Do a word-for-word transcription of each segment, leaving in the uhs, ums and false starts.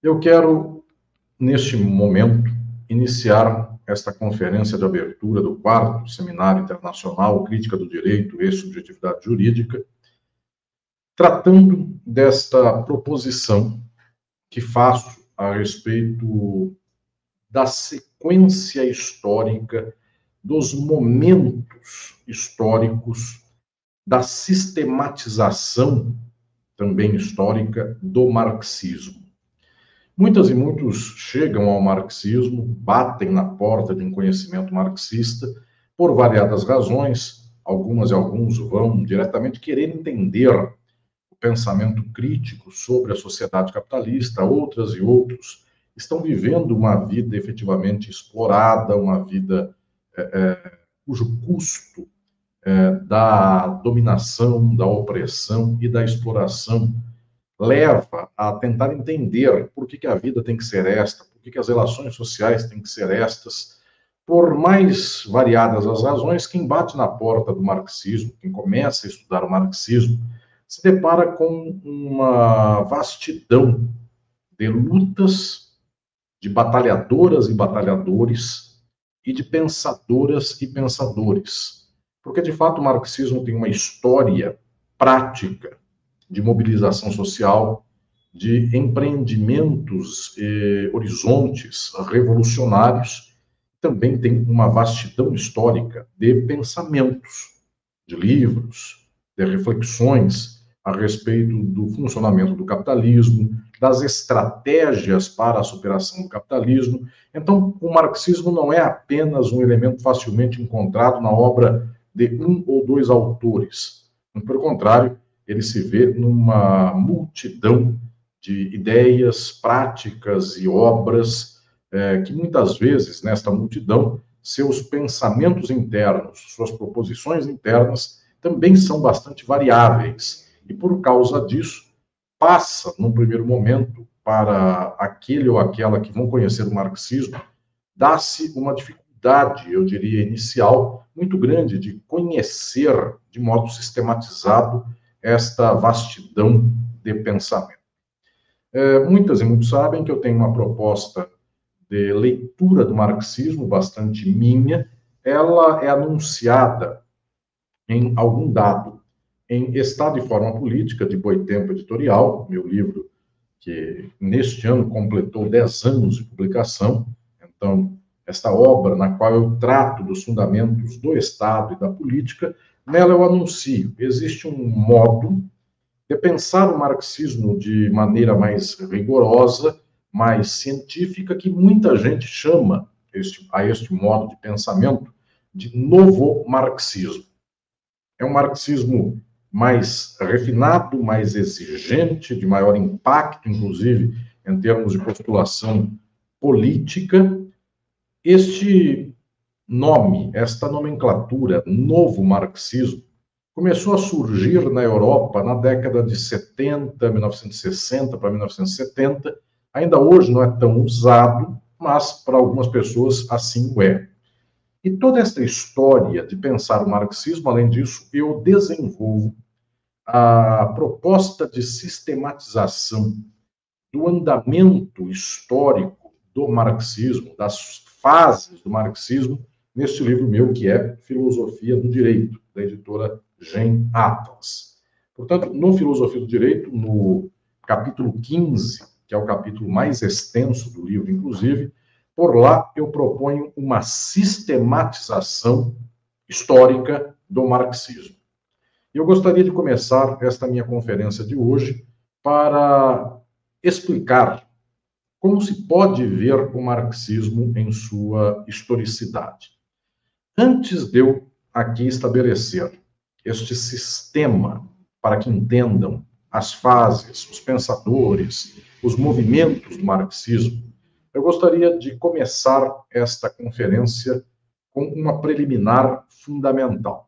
Eu quero, neste momento, iniciar esta conferência de abertura do quarto Seminário Internacional Crítica do Direito e Subjetividade Jurídica, tratando desta proposição que faço a respeito da sequência histórica, dos momentos históricos, da sistematização também histórica do marxismo. Muitas e muitos chegam ao marxismo, batem na porta de um conhecimento marxista, por variadas razões. Algumas e alguns vão diretamente querer entender o pensamento crítico sobre a sociedade capitalista, outras e outros estão vivendo uma vida efetivamente explorada, uma vida é, é, cujo custo é, da dominação, da opressão e da exploração leva a tentar entender por que, que a vida tem que ser esta, por que, que as relações sociais têm que ser estas. Por mais variadas as razões, quem bate na porta do marxismo, quem começa a estudar o marxismo, se depara com uma vastidão de lutas, de batalhadoras e batalhadores, e de pensadoras e pensadores. Porque, de fato, o marxismo tem uma história prática de mobilização social, de empreendimentos e horizontes revolucionários. Também tem uma vastidão histórica de pensamentos, de livros, de reflexões a respeito do funcionamento do capitalismo, das estratégias para a superação do capitalismo. Então, o marxismo não é apenas um elemento facilmente encontrado na obra de um ou dois autores. Pelo contrário, ele se vê numa multidão de ideias, práticas e obras é, que muitas vezes, nesta multidão, seus pensamentos internos, suas proposições internas também são bastante variáveis. E por causa disso, passa, num primeiro momento, para aquele ou aquela que vão conhecer o marxismo, dá-se uma dificuldade, eu diria, inicial, muito grande de conhecer de modo sistematizado esta vastidão de pensamento. É, muitas e muitos sabem que eu tenho uma proposta de leitura do marxismo bastante minha. Ela é anunciada em algum dado em Estado e Forma Política, de Boitempo Editorial, meu livro que neste ano completou dez anos de publicação. Então, esta obra na qual eu trato dos fundamentos do Estado e da política, nela eu anuncio, existe um modo de pensar o marxismo de maneira mais rigorosa, mais científica, que muita gente chama este, a este modo de pensamento de novo marxismo. É um marxismo mais refinado, mais exigente, de maior impacto, inclusive, em termos de postulação política. Este nome, esta nomenclatura, novo marxismo, começou a surgir na Europa na década de setenta, mil novecentos e sessenta para mil novecentos e setenta. Ainda hoje não é tão usado, mas para algumas pessoas assim o é. E toda esta história de pensar o marxismo, além disso, eu desenvolvo a proposta de sistematização do andamento histórico do marxismo, das fases do marxismo, neste livro meu, que é Filosofia do Direito, da editora Gen Atlas. Portanto, no Filosofia do Direito, no capítulo quinze, que é o capítulo mais extenso do livro, inclusive, por lá eu proponho uma sistematização histórica do marxismo. Eu gostaria de começar esta minha conferência de hoje para explicar como se pode ver o marxismo em sua historicidade. Antes de eu aqui estabelecer este sistema para que entendam as fases, os pensadores, os movimentos do marxismo, eu gostaria de começar esta conferência com uma preliminar fundamental.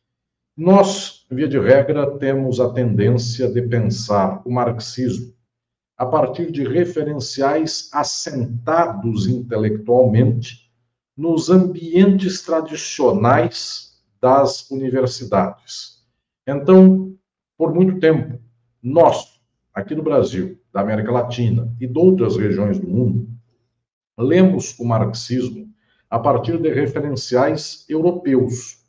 Nós, via de regra, temos a tendência de pensar o marxismo a partir de referenciais assentados intelectualmente nos ambientes tradicionais das universidades. Então, por muito tempo, nós, aqui no Brasil, da América Latina e de outras regiões do mundo, lemos o marxismo a partir de referenciais europeus,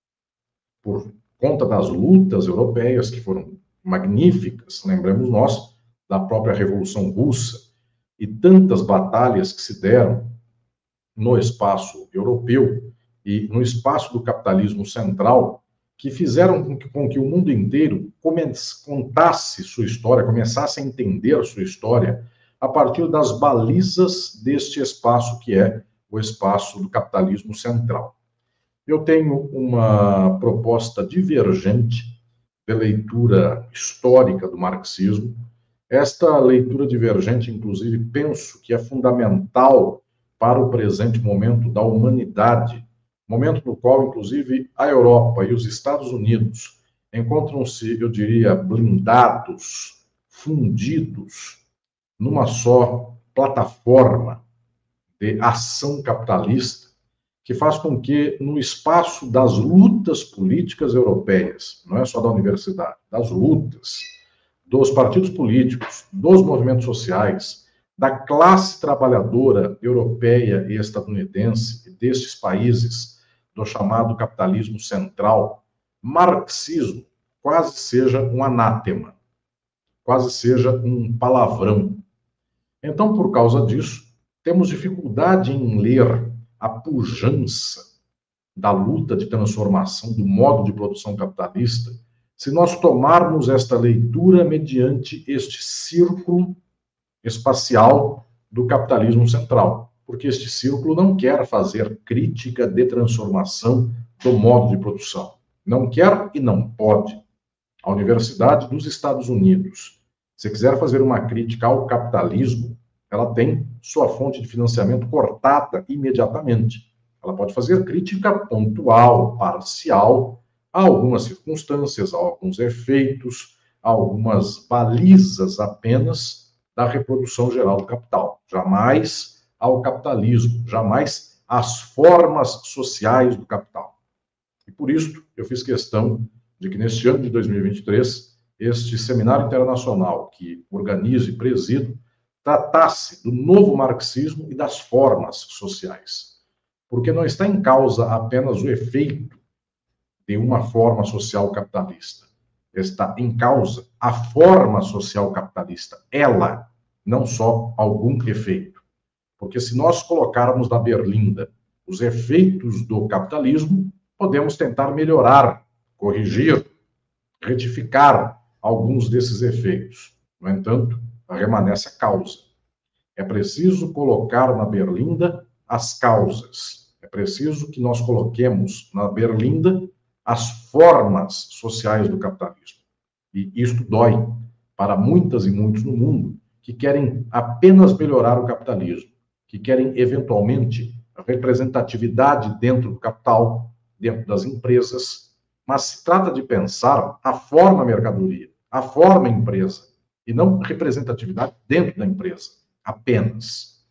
por conta das lutas europeias, que foram magníficas, lembremos nós, da própria Revolução Russa, e tantas batalhas que se deram no espaço europeu e no espaço do capitalismo central, que fizeram com que, com que o mundo inteiro comece, contasse sua história, começasse a entender sua história a partir das balizas deste espaço que é o espaço do capitalismo central. Eu tenho uma proposta divergente de leitura histórica do marxismo. Esta leitura divergente, inclusive, penso que é fundamental para o presente momento da humanidade, momento no qual, inclusive, a Europa e os Estados Unidos encontram-se, eu diria, blindados, fundidos numa só plataforma de ação capitalista, que faz com que, no espaço das lutas políticas europeias, não é só da universidade, das lutas, dos partidos políticos, dos movimentos sociais, da classe trabalhadora europeia e estadunidense, e destes países do chamado capitalismo central, marxismo quase seja um anátema, quase seja um palavrão. Então, por causa disso, temos dificuldade em ler a pujança da luta de transformação do modo de produção capitalista, se nós tomarmos esta leitura mediante este círculo espacial do capitalismo central, porque este círculo não quer fazer crítica de transformação do modo de produção. Não quer e não pode. A Universidade dos Estados Unidos, se quiser fazer uma crítica ao capitalismo, ela tem sua fonte de financiamento cortada imediatamente. Ela pode fazer crítica pontual, parcial, a algumas circunstâncias, a alguns efeitos, a algumas balizas apenas da reprodução geral do capital. Jamais ao capitalismo, jamais às formas sociais do capital. E por isso, eu fiz questão de que neste ano de dois mil e vinte e três, este seminário internacional que organizo e presido, tratasse do novo marxismo e das formas sociais. Porque não está em causa apenas o efeito de uma forma social capitalista. Está em causa a forma social capitalista, ela, não só algum efeito. Porque se nós colocarmos na berlinda os efeitos do capitalismo, podemos tentar melhorar, corrigir, retificar alguns desses efeitos. No entanto, permanece a causa. É preciso colocar na berlinda as causas. É preciso que nós coloquemos na berlinda as formas sociais do capitalismo. E isto dói para muitas e muitos no mundo que querem apenas melhorar o capitalismo, que querem, eventualmente, a representatividade dentro do capital, dentro das empresas, mas se trata de pensar a forma mercadoria, a forma empresa, e não representatividade dentro da empresa, apenas.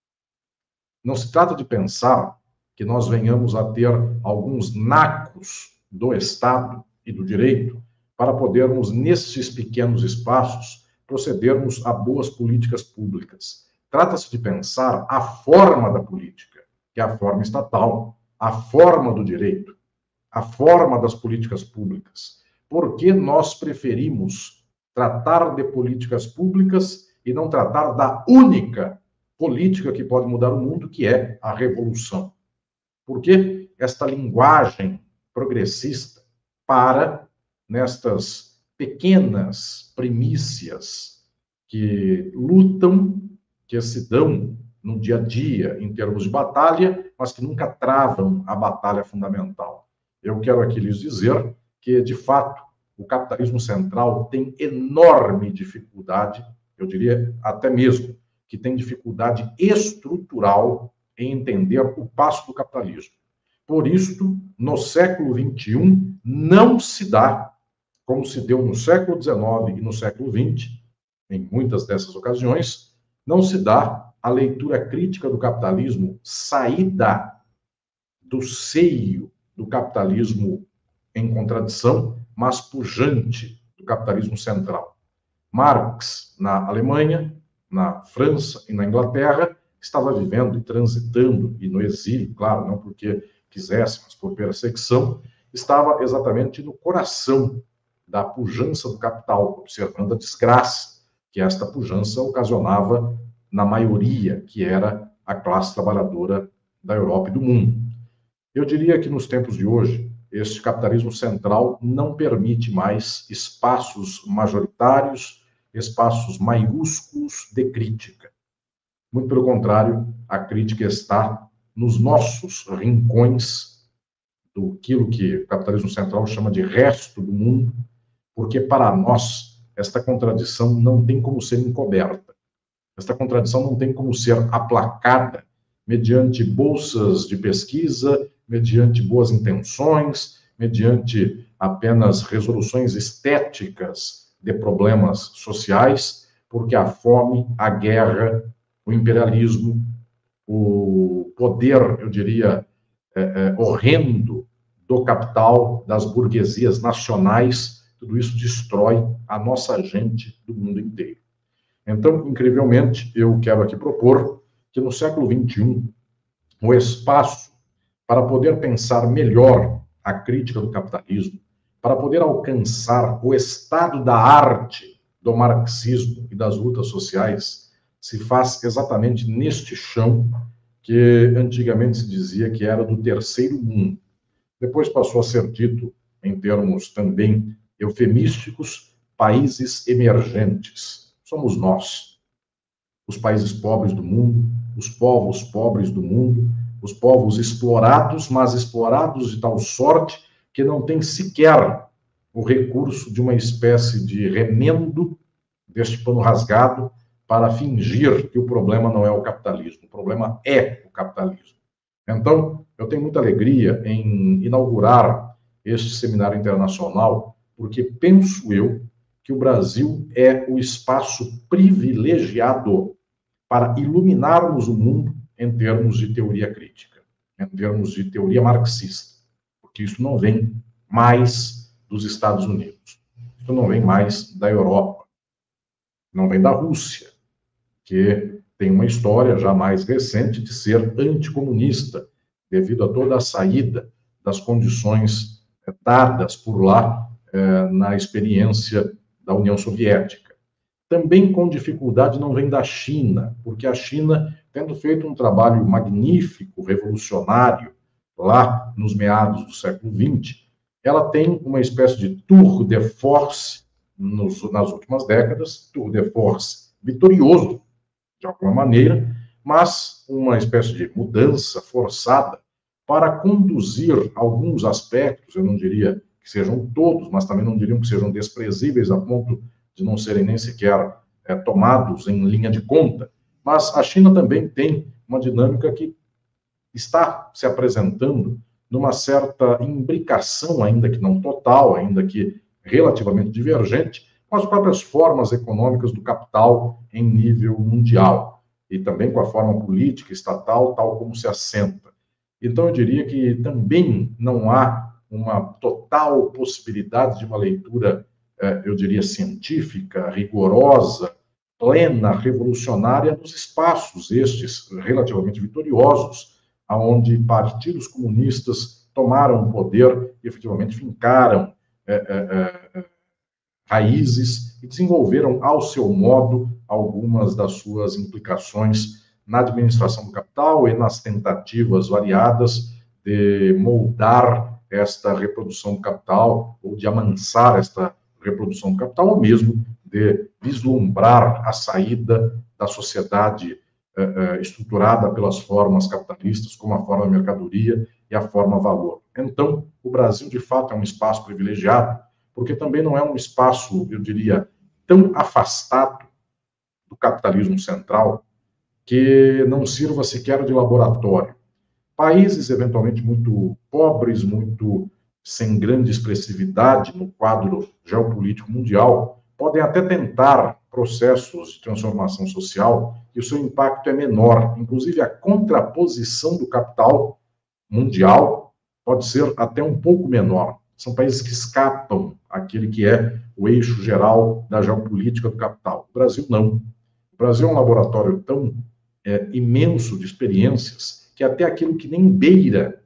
Não se trata de pensar que nós venhamos a ter alguns nacos do Estado e do direito para podermos, nesses pequenos espaços, procedermos a boas políticas públicas. Trata-se de pensar a forma da política, que é a forma estatal, a forma do direito, a forma das políticas públicas. Por que nós preferimos tratar de políticas públicas e não tratar da única política que pode mudar o mundo, que é a revolução? Por que esta linguagem progressista para nestas pequenas primícias que lutam, que se dão no dia a dia em termos de batalha, mas que nunca travam a batalha fundamental? Eu quero aqui lhes dizer que, de fato, o capitalismo central tem enorme dificuldade, eu diria até mesmo que tem dificuldade estrutural em entender o passo do capitalismo. Por isso, no século vinte e um, não se dá, como se deu no século dezenove e no século vinte, em muitas dessas ocasiões, não se dá a leitura crítica do capitalismo saída do seio do capitalismo em contradição, mas pujante do capitalismo central. Marx, na Alemanha, na França e na Inglaterra, estava vivendo e transitando, e no exílio, claro, não porque quisesse, mas por perseguição, estava exatamente no coração da pujança do capital, observando a desgraça que esta pujança ocasionava na maioria, que era a classe trabalhadora da Europa e do mundo. Eu diria que nos tempos de hoje, este capitalismo central não permite mais espaços majoritários, espaços maiúsculos de crítica. Muito pelo contrário, a crítica está nos nossos rincões do que o capitalismo central chama de resto do mundo, porque para nós esta contradição não tem como ser encoberta. Esta contradição não tem como ser aplacada mediante bolsas de pesquisa, mediante boas intenções, mediante apenas resoluções estéticas de problemas sociais, porque a fome, a guerra, o imperialismo, o poder, eu diria, é, é, horrendo do capital, das burguesias nacionais, tudo isso destrói a nossa gente do mundo inteiro. Então, incrivelmente, eu quero aqui propor que no século vinte e um, o espaço para poder pensar melhor a crítica do capitalismo, para poder alcançar o estado da arte do marxismo e das lutas sociais, se faz exatamente neste chão que antigamente se dizia que era do terceiro mundo. Depois passou a ser dito, em termos também eufemísticos, países emergentes. Somos nós, os países pobres do mundo, os povos pobres do mundo, os povos explorados, mas explorados de tal sorte que não tem sequer o recurso de uma espécie de remendo deste pano rasgado para fingir que o problema não é o capitalismo, o problema é o capitalismo. Então, eu tenho muita alegria em inaugurar este seminário internacional, porque penso eu que o Brasil é o espaço privilegiado para iluminarmos o mundo em termos de teoria crítica, em termos de teoria marxista, porque isso não vem mais dos Estados Unidos, isso não vem mais da Europa, não vem da Rússia, que tem uma história já mais recente de ser anticomunista, devido a toda a saída das condições dadas por lá eh, na experiência da União Soviética. Também com dificuldade não vem da China, porque a China, tendo feito um trabalho magnífico, revolucionário, lá nos meados do século vinte, ela tem uma espécie de tour de force nos, nas últimas décadas, tour de force vitorioso, de alguma maneira, mas uma espécie de mudança forçada para conduzir alguns aspectos, eu não diria que sejam todos, mas também não diriam que sejam desprezíveis a ponto de não serem nem sequer é, tomados em linha de conta, mas a China também tem uma dinâmica que está se apresentando numa certa imbricação, ainda que não total, ainda que relativamente divergente, com as próprias formas econômicas do capital em nível mundial, e também com a forma política estatal, tal como se assenta. Então, eu diria que também não há uma total possibilidade de uma leitura, eu diria, científica, rigorosa, plena, revolucionária, nos espaços estes relativamente vitoriosos, onde partidos comunistas tomaram o poder e efetivamente fincaram é, é, é, raízes e desenvolveram ao seu modo algumas das suas implicações na administração do capital e nas tentativas variadas de moldar esta reprodução do capital ou de amansar esta reprodução do capital, ou mesmo de vislumbrar a saída da sociedade eh, estruturada pelas formas capitalistas, como a forma mercadoria e a forma valor. Então, o Brasil, de fato, é um espaço privilegiado, porque também não é um espaço, eu diria, tão afastado do capitalismo central que não sirva sequer de laboratório. Países, eventualmente, muito pobres, muito sem grande expressividade no quadro geopolítico mundial, podem até tentar processos de transformação social e o seu impacto é menor. Inclusive, a contraposição do capital mundial pode ser até um pouco menor. são países que escapam àquele que é o eixo geral da geopolítica do capital. O Brasil não. O Brasil é um laboratório tão é, imenso de experiências que até aquilo que nem beira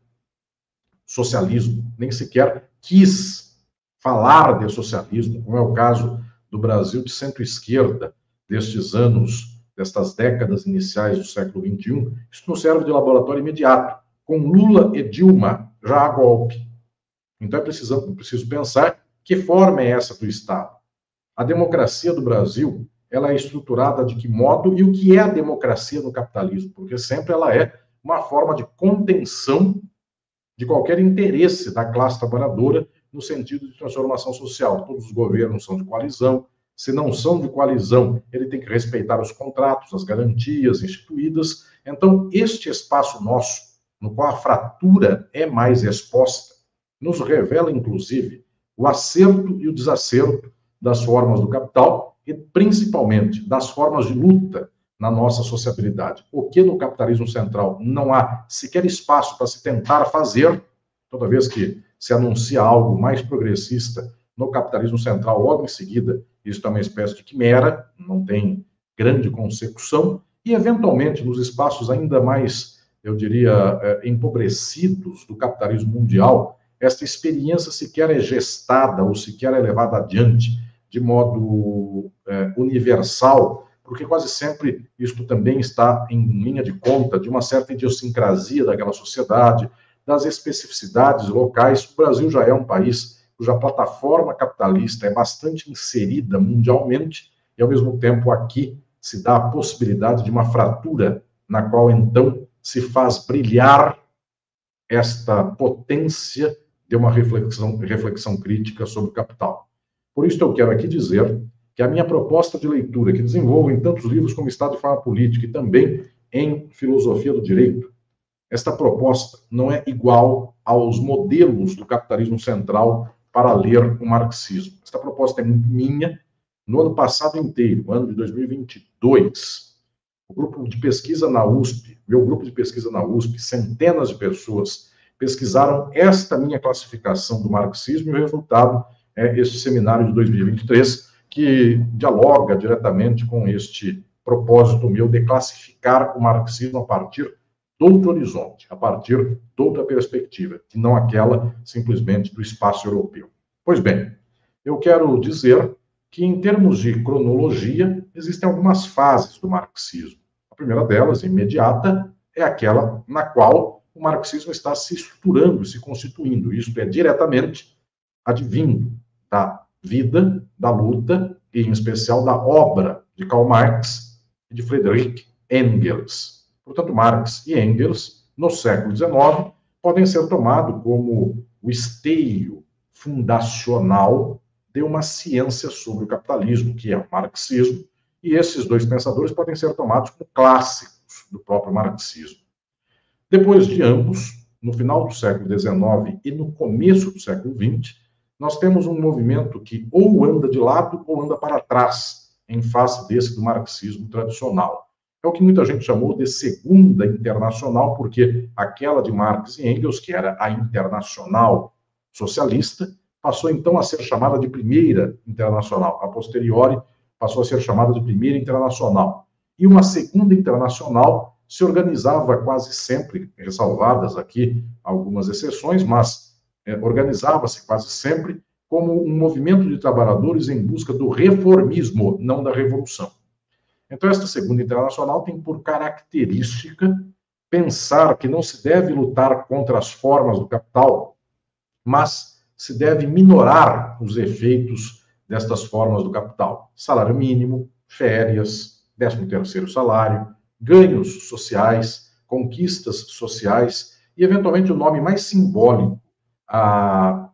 socialismo, nem sequer quis falar de socialismo, como é o caso do Brasil de centro-esquerda, destes anos, destas décadas iniciais do século vinte e um, isso não serve de laboratório imediato. Com Lula e Dilma, já há golpe. Então é preciso, preciso pensar que forma é essa do Estado. A democracia do Brasil, ela é estruturada de que modo e o que é a democracia no capitalismo? Porque sempre ela é uma forma de contenção de qualquer interesse da classe trabalhadora no sentido de transformação social. Todos os governos são de coalizão. Se não são de coalizão, ele tem que respeitar os contratos, as garantias instituídas. Então, este espaço nosso, no qual a fratura é mais exposta, nos revela, inclusive, o acerto e o desacerto das formas do capital e, principalmente, das formas de luta na nossa sociabilidade. O que no capitalismo central não há sequer espaço para se tentar fazer, toda vez que se anuncia algo mais progressista no capitalismo central, logo em seguida, isso é uma espécie de quimera, não tem grande consecução, e, eventualmente, nos espaços ainda mais, eu diria, empobrecidos do capitalismo mundial, esta experiência sequer é gestada ou sequer é levada adiante de modo é, universal, porque quase sempre isto também está em linha de conta de uma certa idiosincrasia daquela sociedade, das especificidades locais. O Brasil já é um país cuja plataforma capitalista é bastante inserida mundialmente, e, ao mesmo tempo, aqui se dá a possibilidade de uma fratura na qual, então, se faz brilhar esta potência de uma reflexão, reflexão crítica sobre o capital. Por isso, eu quero aqui dizer que a minha proposta de leitura, que desenvolvo em tantos livros como Estado e Forma Política e também em Filosofia do Direito, esta proposta não é igual aos modelos do capitalismo central para ler o marxismo. Esta proposta é muito minha. No ano passado inteiro, ano de dois mil e vinte e dois, o grupo de pesquisa na U S P, meu grupo de pesquisa na U S P, centenas de pessoas pesquisaram esta minha classificação do marxismo, e o resultado é este seminário de dois mil e vinte e três, que dialoga diretamente com este propósito meu de classificar o marxismo a partir de outro horizonte, a partir de outra perspectiva, que não aquela simplesmente do espaço europeu. Pois bem, eu quero dizer que, em termos de cronologia, existem algumas fases do marxismo. A primeira delas, imediata, é aquela na qual o marxismo está se estruturando, se constituindo. Isto é diretamente advindo da vida, da luta, e em especial da obra de Karl Marx e de Friedrich Engels. Portanto, Marx e Engels, no século dezenove, podem ser tomados como o esteio fundacional de uma ciência sobre o capitalismo, que é o marxismo, e esses dois pensadores podem ser tomados como clássicos do próprio marxismo. Depois de ambos, no final do século dezenove e no começo do século vinte, nós temos um movimento que ou anda de lado ou anda para trás, em face desse do marxismo tradicional. É o que muita gente chamou de Segunda Internacional, porque aquela de Marx e Engels, que era a Internacional Socialista, passou então a ser chamada de Primeira Internacional. A posteriori, passou a ser chamada de Primeira Internacional. E uma Segunda Internacional se organizava quase sempre, ressalvadas aqui algumas exceções, mas é, organizava-se quase sempre como um movimento de trabalhadores em busca do reformismo, não da revolução. Então, esta Segunda Internacional tem por característica pensar que não se deve lutar contra as formas do capital, mas se deve minorar os efeitos destas formas do capital. Salário mínimo, férias, décimo terceiro salário, ganhos sociais, conquistas sociais e, eventualmente, o nome mais simbólico a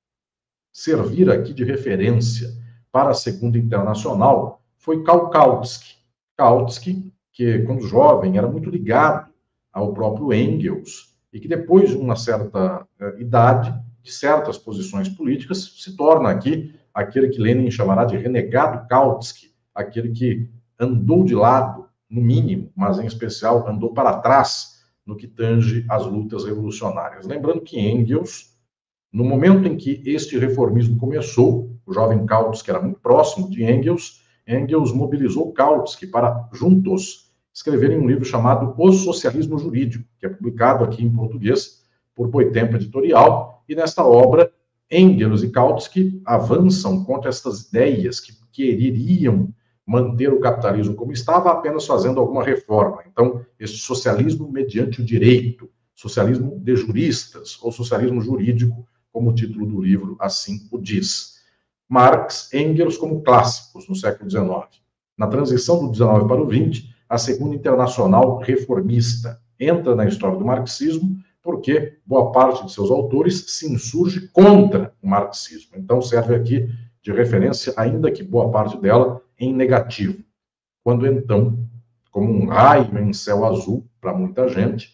servir aqui de referência para a Segunda Internacional foi Karl Kautsky. Kautsky, que, quando jovem, era muito ligado ao próprio Engels e que, depois de uma certa uh, idade, de certas posições políticas, se torna aqui aquele que Lenin chamará de renegado Kautsky, aquele que andou de lado, no mínimo, mas em especial andou para trás no que tange às lutas revolucionárias. Lembrando que Engels No momento em que este reformismo começou, o jovem Kautsky era muito próximo de Engels, Engels mobilizou Kautsky para, juntos, escreverem um livro chamado O Socialismo Jurídico, que é publicado aqui em português por Boitempo Editorial, e nesta obra, Engels e Kautsky avançam contra estas ideias que quereriam manter o capitalismo como estava, apenas fazendo alguma reforma. Então, este socialismo mediante o direito, socialismo de juristas, ou socialismo jurídico, como o título do livro assim o diz. Marx, Engels como clássicos no século dezenove. Na transição do dezenove para o vinte, a Segunda Internacional Reformista entra na história do marxismo, porque boa parte de seus autores se insurge contra o marxismo. Então, serve aqui de referência, ainda que boa parte dela em negativo. Quando então, como um raio em céu azul para muita gente,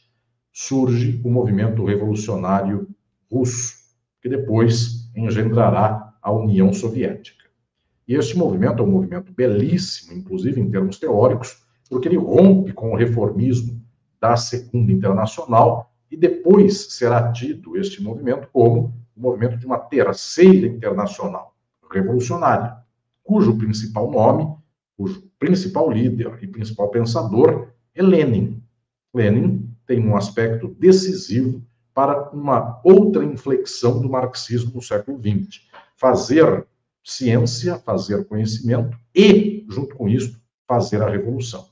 surge o movimento revolucionário russo, que depois engendrará a União Soviética. E este movimento é um movimento belíssimo, inclusive em termos teóricos, porque ele rompe com o reformismo da Segunda Internacional e depois será tido este movimento como o movimento de uma terceira internacional revolucionária, cujo principal nome, cujo principal líder e principal pensador é Lenin. Lenin tem um aspecto decisivo para uma outra inflexão do marxismo no século vinte. Fazer ciência, fazer conhecimento e, junto com isso, fazer a revolução.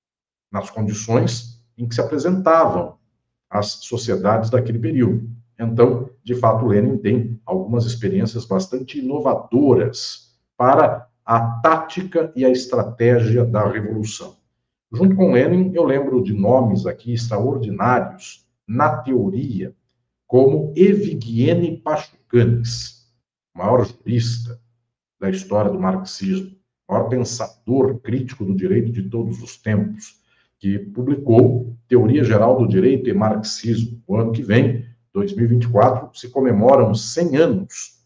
Nas condições em que se apresentavam as sociedades daquele período. Então, de fato, Lenin tem algumas experiências bastante inovadoras para a tática e a estratégia da revolução. Junto com Lenin, eu lembro de nomes aqui extraordinários na teoria, como Evgueni Pachucanes, o maior jurista da história do marxismo, o maior pensador crítico do direito de todos os tempos, que publicou Teoria Geral do Direito e Marxismo. O ano que vem, dois mil e vinte e quatro, se comemoram cem anos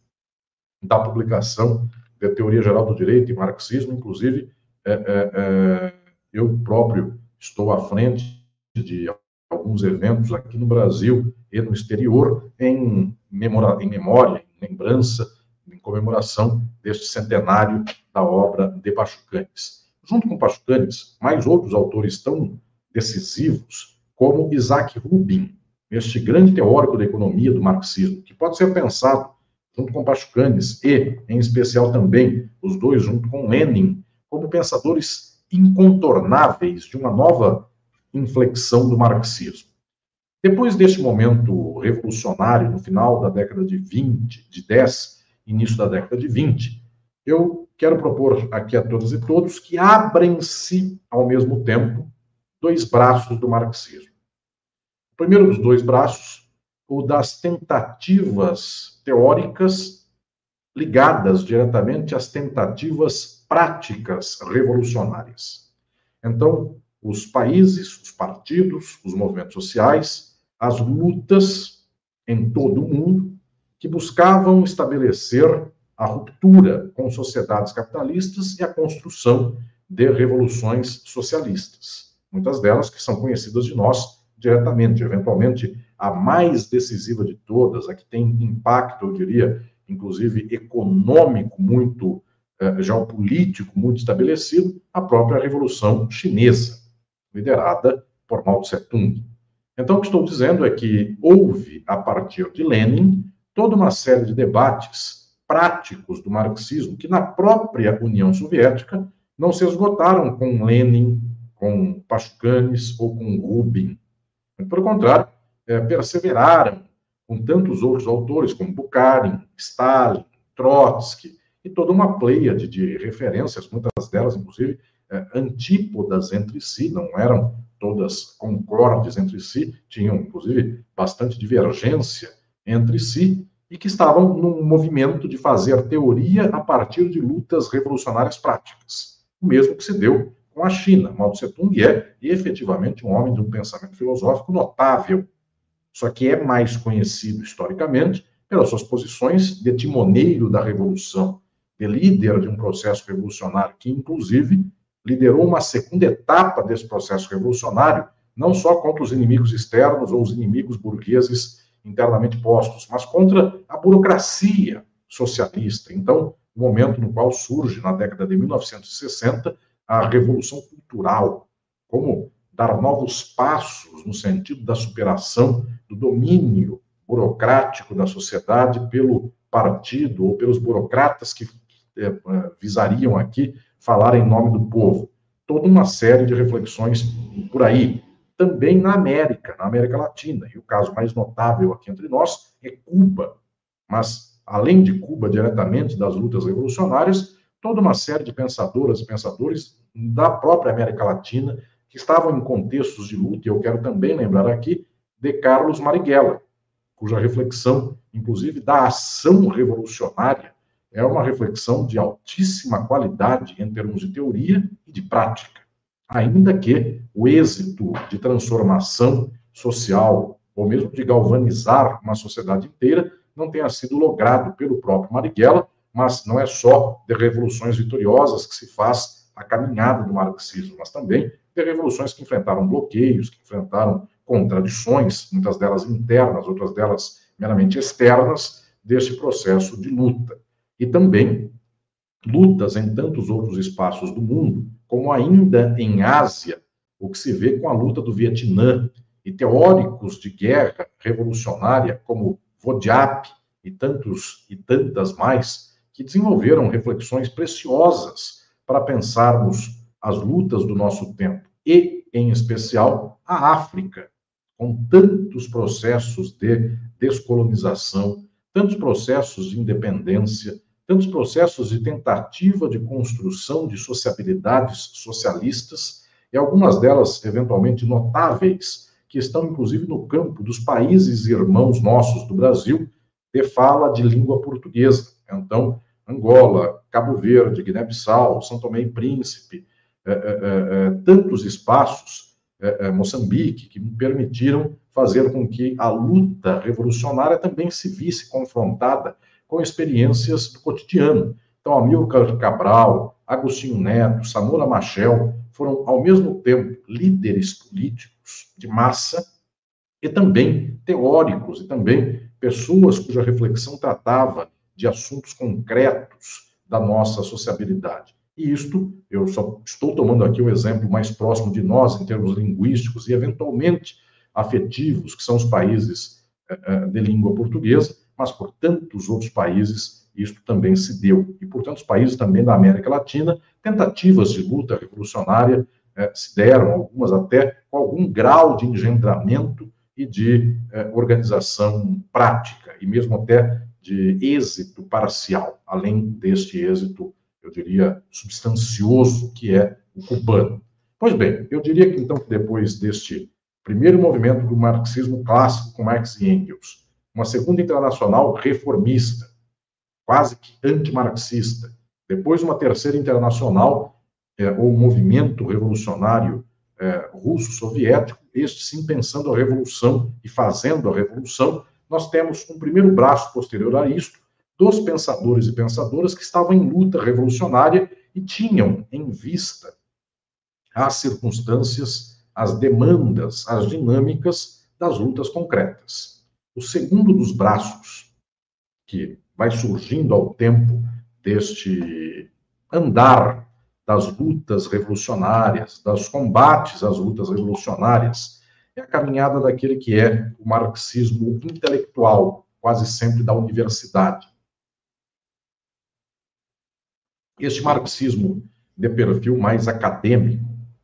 da publicação da Teoria Geral do Direito e Marxismo. Inclusive, é, é, é, eu próprio estou à frente de alguns eventos aqui no Brasil e no exterior em, memória, em memória, em lembrança, em comemoração deste centenário da obra de Pachucanes. Junto com Pachucanes, mais outros autores tão decisivos, como Isaac Rubin, este grande teórico da economia do marxismo, que pode ser pensado junto com Pachucanes e, em especial também, os dois junto com Lenin, como pensadores incontornáveis de uma nova inflexão do marxismo. Depois deste momento revolucionário, no final da década de vinte, de dez, início da década de vinte, eu quero propor aqui a todas e todos que abrem-se, ao mesmo tempo, dois braços do marxismo. O primeiro dos dois braços, o das tentativas teóricas ligadas diretamente às tentativas práticas revolucionárias. Então, os países, os partidos, os movimentos sociais, as lutas em todo o mundo que buscavam estabelecer a ruptura com sociedades capitalistas e a construção de revoluções socialistas. Muitas delas que são conhecidas de nós diretamente, eventualmente a mais decisiva de todas, a que tem impacto, eu diria, inclusive econômico muito, eh, geopolítico muito estabelecido, a própria Revolução Chinesa, liderada por Mao Tse-tung. Então, o que estou dizendo é que houve, a partir de Lenin, toda uma série de debates práticos do marxismo que na própria União Soviética não se esgotaram com Lenin, com Pachucanes ou com Rubin. Pelo contrário, é, perseveraram com tantos outros autores como Bukharin, Stalin, Trotsky e toda uma pleiade de referências, muitas delas, inclusive, é, antípodas entre si, não eram todas concordes entre si, tinham, inclusive, bastante divergência entre si, e que estavam num movimento de fazer teoria a partir de lutas revolucionárias práticas. O mesmo que se deu com a China. Mao Tse-tung é, efetivamente, um homem de um pensamento filosófico notável, só que é mais conhecido historicamente pelas suas posições de timoneiro da revolução, de líder de um processo revolucionário, que, inclusive, liderou uma segunda etapa desse processo revolucionário, não só contra os inimigos externos ou os inimigos burgueses internamente postos, mas contra a burocracia socialista. Então, o momento no qual surge, na década de mil novecentos e sessenta, a Revolução Cultural, como dar novos passos no sentido da superação do domínio burocrático da sociedade pelo partido ou pelos burocratas que eh, visariam aqui falar em nome do povo. Toda uma série de reflexões por aí. Também na América, na América Latina. E o caso mais notável aqui entre nós é Cuba. Mas, além de Cuba, diretamente das lutas revolucionárias, toda uma série de pensadoras e pensadores da própria América Latina que estavam em contextos de luta, e eu quero também lembrar aqui de Carlos Marighella, cuja reflexão, inclusive, da ação revolucionária, é uma reflexão de altíssima qualidade em termos de teoria e de prática, ainda que o êxito de transformação social, ou mesmo de galvanizar uma sociedade inteira, não tenha sido logrado pelo próprio Marighella, mas não é só de revoluções vitoriosas que se faz a caminhada do marxismo, mas também de revoluções que enfrentaram bloqueios, que enfrentaram contradições, muitas delas internas, outras delas meramente externas, deste processo de luta. E também lutas em tantos outros espaços do mundo, como ainda em Ásia, o que se vê com a luta do Vietnã, e teóricos de guerra revolucionária como Vodjap e tantos e tantas mais, que desenvolveram reflexões preciosas para pensarmos as lutas do nosso tempo, e, em especial, a África, com tantos processos de descolonização, tantos processos de independência, tantos processos de tentativa de construção de sociabilidades socialistas, e algumas delas, eventualmente, notáveis, que estão, inclusive, no campo dos países irmãos nossos do Brasil, de fala de língua portuguesa. Então, Angola, Cabo Verde, Guiné-Bissau, São Tomé e Príncipe, é, é, é, tantos espaços, é, é, Moçambique, que me permitiram fazer com que a luta revolucionária também se visse confrontada com experiências do cotidiano. Então, Amílcar Cabral, Agostinho Neto, Samora Machel foram, ao mesmo tempo, líderes políticos de massa e também teóricos, e também pessoas cuja reflexão tratava de assuntos concretos da nossa sociabilidade. E isto, eu só estou tomando aqui o exemplo mais próximo de nós, em termos linguísticos e, eventualmente, afetivos, que são os países eh, de língua portuguesa, mas por tantos outros países isto também se deu. E por tantos países também da América Latina, tentativas de luta revolucionária eh, se deram, algumas até com algum grau de engendramento e de eh, organização prática, e mesmo até de êxito parcial, além deste êxito, eu diria, substancioso, que é o cubano. Pois bem, eu diria que, então, que depois deste primeiro movimento do marxismo clássico com Marx e Engels, uma segunda internacional reformista, quase que antimarxista, depois uma terceira internacional, eh, ou movimento revolucionário eh, russo-soviético, este sim pensando a revolução e fazendo a revolução, nós temos um primeiro braço posterior a isto, dos pensadores e pensadoras que estavam em luta revolucionária e tinham em vista as circunstâncias, as demandas, as dinâmicas das lutas concretas. O segundo dos braços, que vai surgindo ao tempo deste andar das lutas revolucionárias, dos combates às lutas revolucionárias, é a caminhada daquele que é o marxismo intelectual, quase sempre da universidade. Este marxismo de perfil mais acadêmico,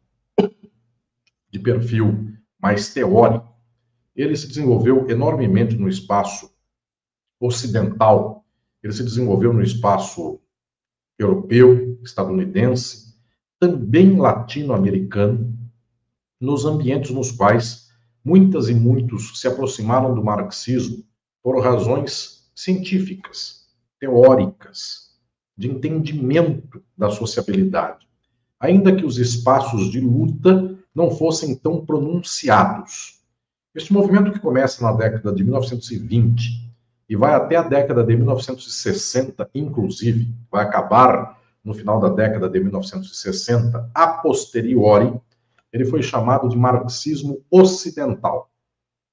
de perfil mais teórico, ele se desenvolveu enormemente no espaço ocidental, ele se desenvolveu no espaço europeu, estadunidense, também latino-americano, nos ambientes nos quais muitas e muitos se aproximaram do marxismo por razões científicas, teóricas, de entendimento da sociabilidade, ainda que os espaços de luta não fossem tão pronunciados. Este movimento, que começa na década de mil novecentos e vinte e vai até a década de mil novecentos e sessenta, inclusive, vai acabar no final da década de mil novecentos e sessenta, a posteriori, ele foi chamado de marxismo ocidental.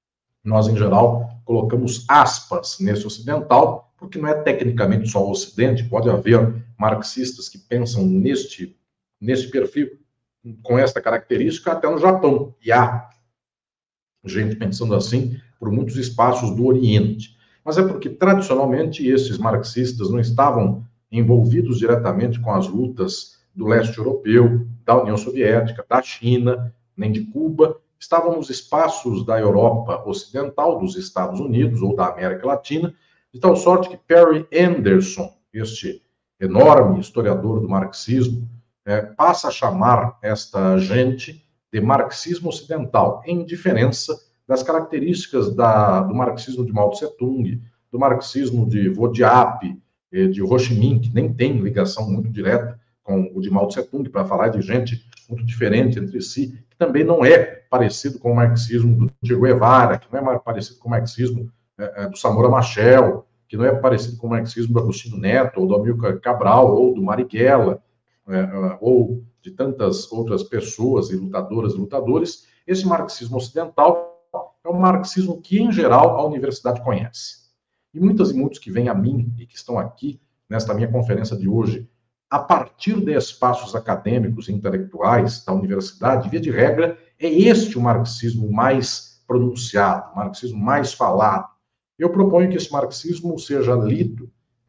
nós, em geral, colocamos aspas nesse ocidental, porque não é tecnicamente só o Ocidente, pode haver marxistas que pensam neste, neste perfil, com esta característica, até no Japão, e há gente pensando assim por muitos espaços do Oriente. Mas é porque, tradicionalmente, esses marxistas não estavam envolvidos diretamente com as lutas do leste europeu, da União Soviética, da China, nem de Cuba, estavam nos espaços da Europa Ocidental, dos Estados Unidos ou da América Latina, de tal sorte que Perry Anderson, este enorme historiador do marxismo, é, passa a chamar esta gente de marxismo ocidental, em diferença das características da, do marxismo de Mao Tse-tung, do marxismo de Vodiap, de Ho Chi Minh, que nem tem ligação muito direta com o de Mao Tse-tung, para falar de gente muito diferente entre si, que também não é parecido com o marxismo do Che Guevara, que não é parecido com o marxismo é, do Samora Machel, que não é parecido com o marxismo do Agostinho Neto, ou do Amílcar Cabral, ou do Marighella, é, ou de tantas outras pessoas e lutadoras e lutadores. Esse marxismo ocidental é um marxismo que, em geral, a universidade conhece. E muitas e muitos que vêm a mim e que estão aqui nesta minha conferência de hoje, a partir de espaços acadêmicos e intelectuais da universidade, via de regra, é este o marxismo mais pronunciado, o marxismo mais falado. Eu proponho que esse marxismo seja lido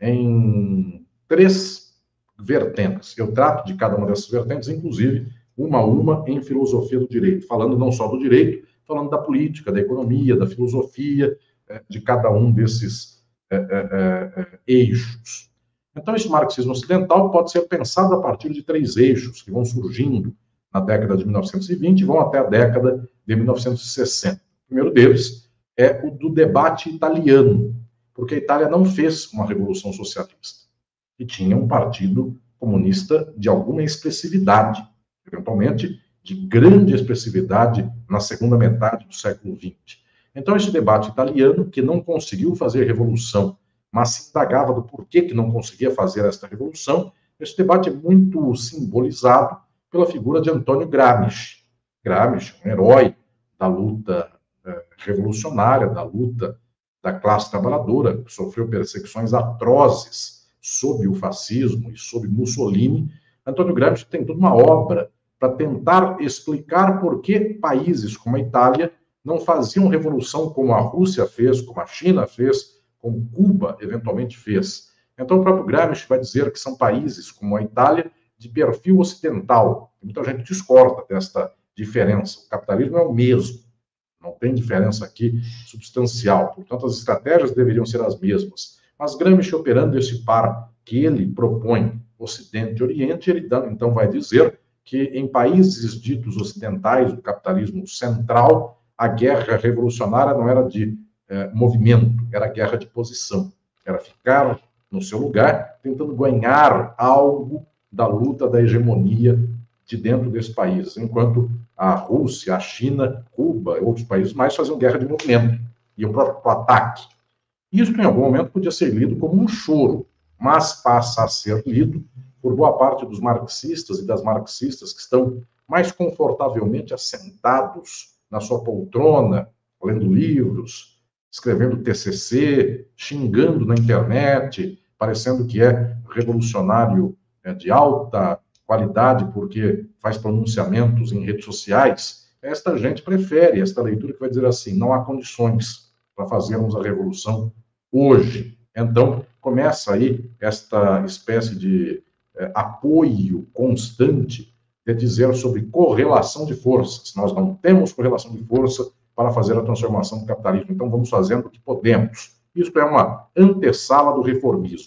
em três vertentes. Eu trato de cada uma dessas vertentes, inclusive, uma a uma, em filosofia do direito, falando não só do direito, falando da política, da economia, da filosofia, de cada um desses é, é, é, eixos. Então, esse marxismo ocidental pode ser pensado a partir de três eixos que vão surgindo na década de mil novecentos e vinte e vão até a década de mil novecentos e sessenta. O primeiro deles é o do debate italiano, porque a Itália não fez uma revolução socialista e tinha um partido comunista de alguma expressividade, eventualmente de grande expressividade na segunda metade do século vinte. Então, esse debate italiano, que não conseguiu fazer revolução, mas se indagava do porquê que não conseguia fazer esta revolução, esse debate é muito simbolizado pela figura de Antônio Gramsci. Gramsci, um herói da luta eh, revolucionária, da luta da classe trabalhadora, que sofreu perseguições atrozes sob o fascismo e sob Mussolini. Antônio Gramsci tem toda uma obra para tentar explicar por que países como a Itália não faziam revolução como a Rússia fez, como a China fez, como Cuba eventualmente fez. Então, o próprio Gramsci vai dizer que são países como a Itália de perfil ocidental. Muita gente discorda desta diferença. O capitalismo é o mesmo. Não tem diferença aqui substancial. Portanto, as estratégias deveriam ser as mesmas. Mas Gramsci, operando esse par que ele propõe, Ocidente e Oriente, ele então vai dizer que em países ditos ocidentais, do capitalismo central, a guerra revolucionária não era de eh, movimento, era guerra de posição. Era ficar no seu lugar, tentando ganhar algo da luta da hegemonia de dentro desse país, enquanto a Rússia, a China, Cuba e outros países mais faziam guerra de movimento, iam para o ataque. Isso, em algum momento, podia ser lido como um choro, mas passa a ser lido por boa parte dos marxistas e das marxistas que estão mais confortavelmente assentados na sua poltrona, lendo livros, escrevendo T C C, xingando na internet, parecendo que é revolucionário é, de alta qualidade porque faz pronunciamentos em redes sociais. Esta gente prefere esta leitura que vai dizer assim, não há condições para fazermos a revolução hoje. Então, começa aí esta espécie de é, apoio constante de dizer sobre correlação de forças. Nós não temos correlação de força para fazer a transformação do capitalismo, então vamos fazendo o que podemos. Isso é uma antessala do reformismo.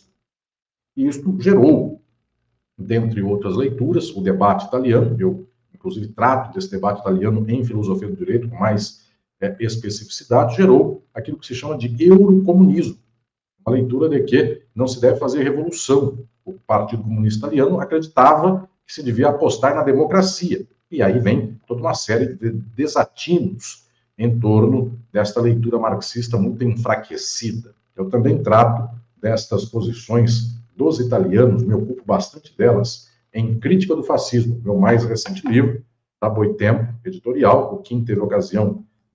E isso gerou, dentre outras leituras, o debate italiano. Eu, inclusive, trato desse debate italiano em filosofia do direito com mais é, especificidade, gerou aquilo que se chama de eurocomunismo. Uma leitura de que não se deve fazer revolução. O Partido Comunista Italiano acreditava que se devia apostar na democracia. E aí vem toda uma série de desatinos em torno desta leitura marxista muito enfraquecida. Eu também trato destas posições dos italianos, me ocupo bastante delas, em Crítica do Fascismo, meu mais recente livro, da Boitempo Editorial. O Kim teve a ocasião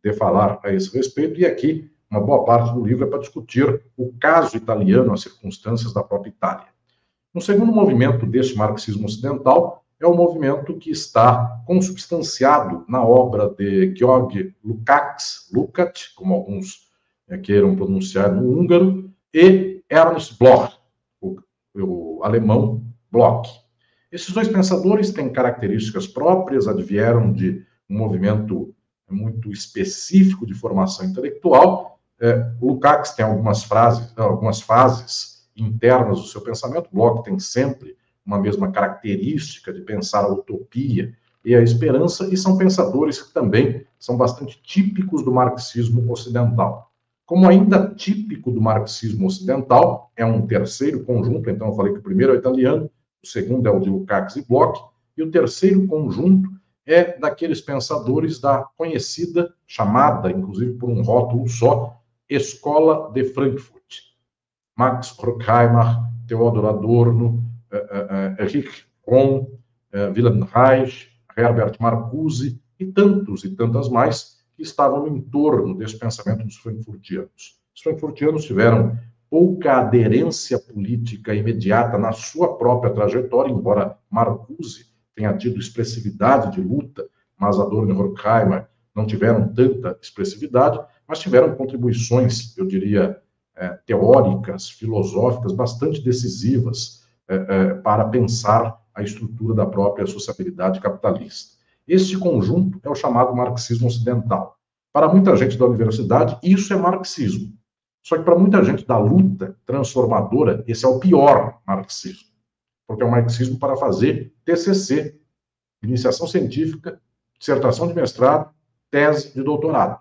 de falar a esse respeito, e aqui uma boa parte do livro é para discutir o caso italiano, as circunstâncias da própria Itália. Um segundo movimento deste marxismo ocidental é o movimento que está consubstanciado na obra de Georg Lukács, Lukács, como alguns queiram pronunciar no húngaro, e Ernst Bloch, o, o alemão Bloch. Esses dois pensadores têm características próprias, advieram de um movimento muito específico de formação intelectual. É, Lukács tem algumas, frases, algumas fases internas do seu pensamento. Bloch tem sempre uma mesma característica de pensar a utopia e a esperança, e são pensadores que também são bastante típicos do marxismo ocidental. Como ainda típico do marxismo ocidental, é um terceiro conjunto, então eu falei que o primeiro é o italiano, o segundo é o de Lukács e Bloch, e o terceiro conjunto é daqueles pensadores da conhecida, chamada, inclusive por um rótulo só, Escola de Frankfurt. Max Horkheimer, Theodor Adorno, uh, uh, Erich Fromm, uh, Wilhelm Reich, Herbert Marcuse e tantos e tantas mais que estavam em torno desse pensamento dos frankfurtianos. Os frankfurtianos tiveram pouca aderência política imediata na sua própria trajetória, embora Marcuse tenha tido expressividade de luta, mas Adorno e Horkheimer não tiveram tanta expressividade, mas tiveram contribuições, eu diria, é, teóricas, filosóficas, bastante decisivas é, é, para pensar a estrutura da própria sociabilidade capitalista. Este conjunto é o chamado marxismo ocidental. Para muita gente da universidade, isso é marxismo. Só que para muita gente da luta transformadora, esse é o pior marxismo. Porque é o marxismo para fazer T C C, iniciação científica, dissertação de mestrado, tese de doutorado.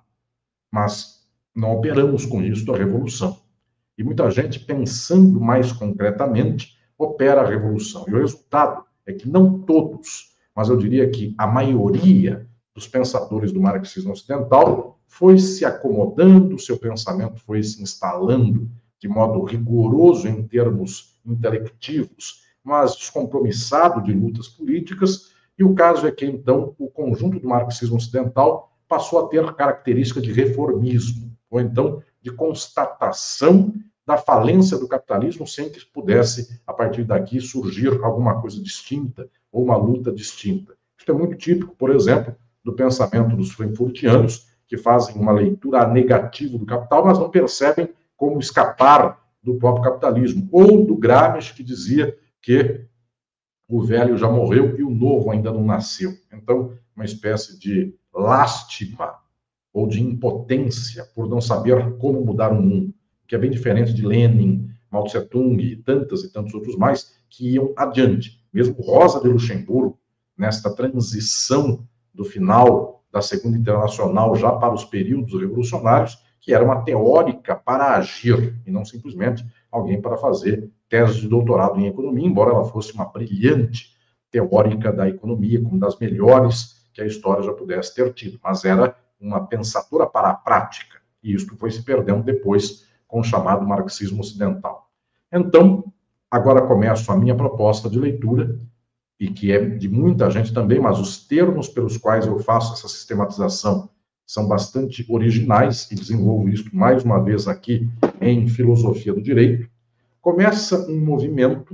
Mas não operamos com isso a revolução. E muita gente, pensando mais concretamente, opera a revolução. E o resultado é que não todos, mas eu diria que a maioria dos pensadores do marxismo ocidental foi se acomodando, seu pensamento foi se instalando de modo rigoroso em termos intelectivos, mas descompromissado de lutas políticas, e o caso é que, então, o conjunto do marxismo ocidental passou a ter característica de reformismo, ou então de constatação da falência do capitalismo, sem que pudesse, a partir daqui, surgir alguma coisa distinta ou uma luta distinta. Isso é muito típico, por exemplo, do pensamento dos frankfurtianos, que fazem uma leitura negativa do capital, mas não percebem como escapar do próprio capitalismo. Ou do Gramsci, que dizia que o velho já morreu e o novo ainda não nasceu. Então, uma espécie de lástima ou de impotência por não saber como mudar o mundo, que é bem diferente de Lenin, Mao Tse-tung e tantas e tantos outros mais que iam adiante. Mesmo Rosa de Luxemburgo, nesta transição do final da Segunda Internacional já para os períodos revolucionários, que era uma teórica para agir e não simplesmente alguém para fazer tese de doutorado em economia, embora ela fosse uma brilhante teórica da economia, como das melhores que a história já pudesse ter tido, mas era uma pensadora para a prática, e isso foi se perdendo depois com o chamado marxismo ocidental. Então, agora começo a minha proposta de leitura, e que é de muita gente também, mas os termos pelos quais eu faço essa sistematização são bastante originais, e desenvolvo isso mais uma vez aqui em Filosofia do Direito. Começa um movimento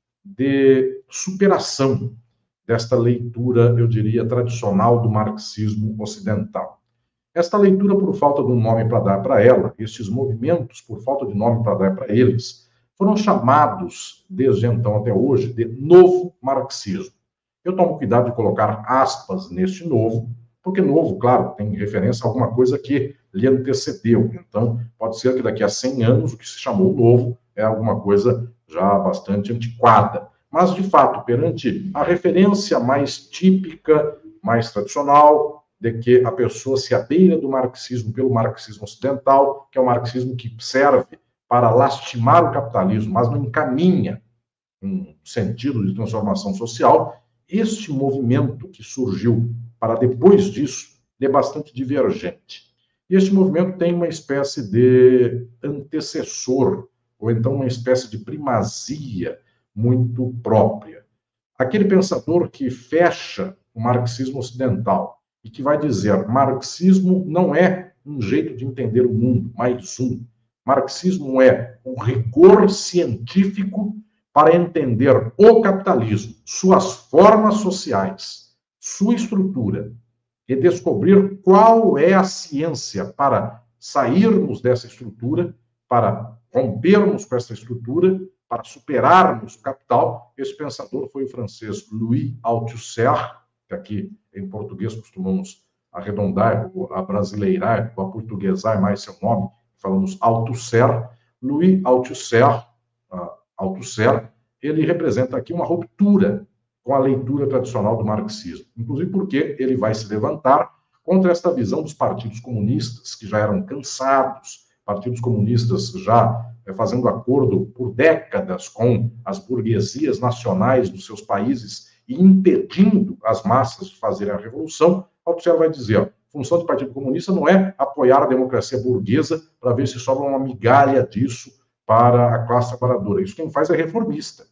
de superação desta leitura, eu diria, tradicional do marxismo ocidental. Esta leitura, por falta de um nome para dar para ela, estes movimentos, por falta de nome para dar para eles, foram chamados, desde então até hoje, de novo marxismo. Eu tomo cuidado de colocar aspas neste novo, porque novo, claro, tem referência a alguma coisa que lhe antecedeu. Então, pode ser que daqui a cem anos o que se chamou novo é alguma coisa já bastante antiquada. Mas, de fato, perante a referência mais típica, mais tradicional, de que a pessoa se abeira do marxismo pelo marxismo ocidental, que é o marxismo que serve para lastimar o capitalismo, mas não encaminha um sentido de transformação social, este movimento que surgiu para depois disso é bastante divergente. E este movimento tem uma espécie de antecessor, ou então uma espécie de primazia muito própria. Aquele pensador que fecha o marxismo ocidental e que vai dizer: marxismo não é um jeito de entender o mundo, mais um. Marxismo é um rigor científico para entender o capitalismo, suas formas sociais, sua estrutura, e descobrir qual é a ciência para sairmos dessa estrutura, para rompermos com essa estrutura, para superarmos o capital. Esse pensador foi o francês Louis Althusser, que aqui em português costumamos arredondar, abrasileirar, ou aportuguesar mais seu nome, falamos Althusser. Louis Althusser, uh, Althusser, ele representa aqui uma ruptura com a leitura tradicional do marxismo, inclusive porque ele vai se levantar contra esta visão dos partidos comunistas, que já eram cansados, partidos comunistas já é, fazendo acordo por décadas com as burguesias nacionais dos seus países e impedindo as massas de fazerem a revolução. Althusser vai dizer: ó, a função do Partido Comunista não é apoiar a democracia burguesa para ver se sobra uma migalha disso para a classe trabalhadora. Isso quem faz é reformista.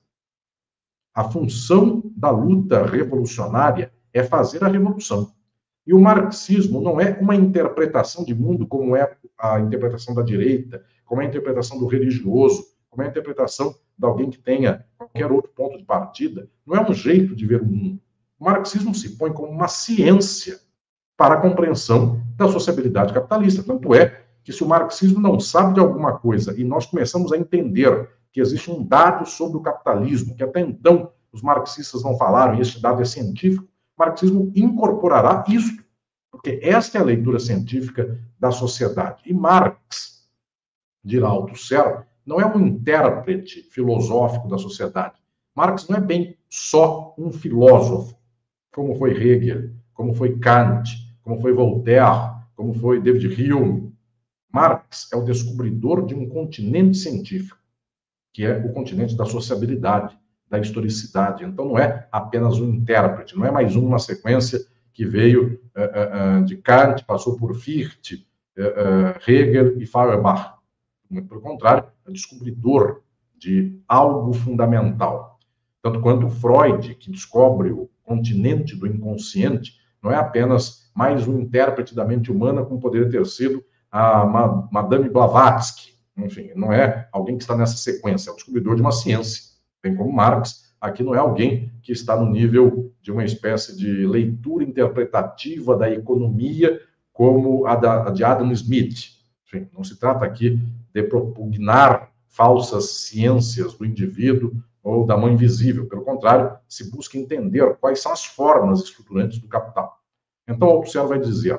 A função da luta revolucionária é fazer a revolução. E o marxismo não é uma interpretação de mundo como é a interpretação da direita, como é a interpretação do religioso, como é a interpretação de alguém que tenha qualquer outro ponto de partida. Não é um jeito de ver o mundo. O marxismo se põe como uma ciência para a compreensão da sociabilidade capitalista. Tanto é que se o marxismo não sabe de alguma coisa e nós começamos a entender que existe um dado sobre o capitalismo, que até então os marxistas não falaram, e esse dado é científico, o marxismo incorporará isto, porque esta é a leitura científica da sociedade. E Marx, dirá Althusser, não é um intérprete filosófico da sociedade. Marx não é bem só um filósofo, como foi Hegel, como foi Kant, como foi Voltaire, como foi David Hume. Marx é o descobridor de um continente científico, que é o continente da sociabilidade, da historicidade. Então, não é apenas um intérprete, não é mais um na sequência que veio uh, uh, de Kant, passou por Fichte, uh, uh, Hegel e Feuerbach. Muito pelo contrário, é descobridor de algo fundamental. Tanto quanto Freud, que descobre o continente do inconsciente, não é apenas mais um intérprete da mente humana, como poderia ter sido a Madame Blavatsky. Enfim, não é alguém que está nessa sequência, é o descobridor de uma ciência. Bem como Marx, aqui não é alguém que está no nível de uma espécie de leitura interpretativa da economia como a, da, a de Adam Smith. Enfim, não se trata aqui de propugnar falsas ciências do indivíduo ou da mão invisível. Pelo contrário, se busca entender quais são as formas estruturantes do capital. Então, Althusser vai dizer: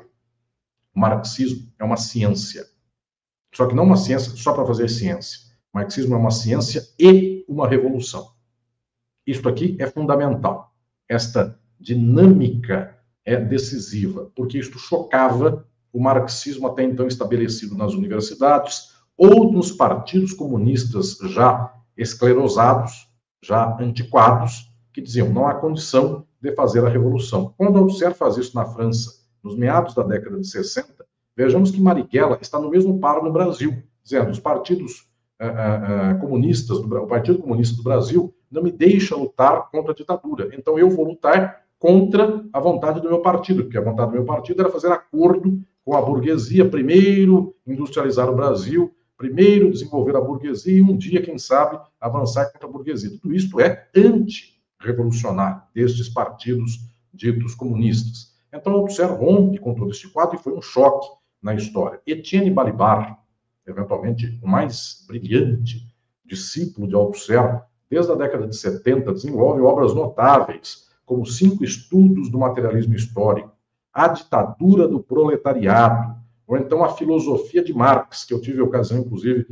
o marxismo é uma ciência. Só que não uma ciência só para fazer ciência. O marxismo é uma ciência e uma revolução. Isto aqui é fundamental. Esta dinâmica é decisiva, porque isto chocava o marxismo até então estabelecido nas universidades ou nos partidos comunistas já esclerosados, já antiquados, que diziam: não há condição de fazer a revolução. Quando Althusser faz isso na França, nos meados da década de sessenta, vejamos que Marighella está no mesmo par no Brasil, dizendo: os partidos uh, uh, comunistas, do, o Partido Comunista do Brasil não me deixa lutar contra a ditadura, então eu vou lutar contra a vontade do meu partido, porque a vontade do meu partido era fazer acordo com a burguesia, primeiro industrializar o Brasil, primeiro desenvolver a burguesia e um dia, quem sabe, avançar contra a burguesia. Tudo isto é anti-revolucionário destes partidos ditos comunistas. Então, Althusser rompe com todo este quadro e foi um choque na história. Etienne Balibar, eventualmente o mais brilhante discípulo de Althusser, desde a década de setenta, desenvolve obras notáveis, como Cinco Estudos do Materialismo Histórico, A Ditadura do Proletariado, ou então A Filosofia de Marx, que eu tive a ocasião, inclusive,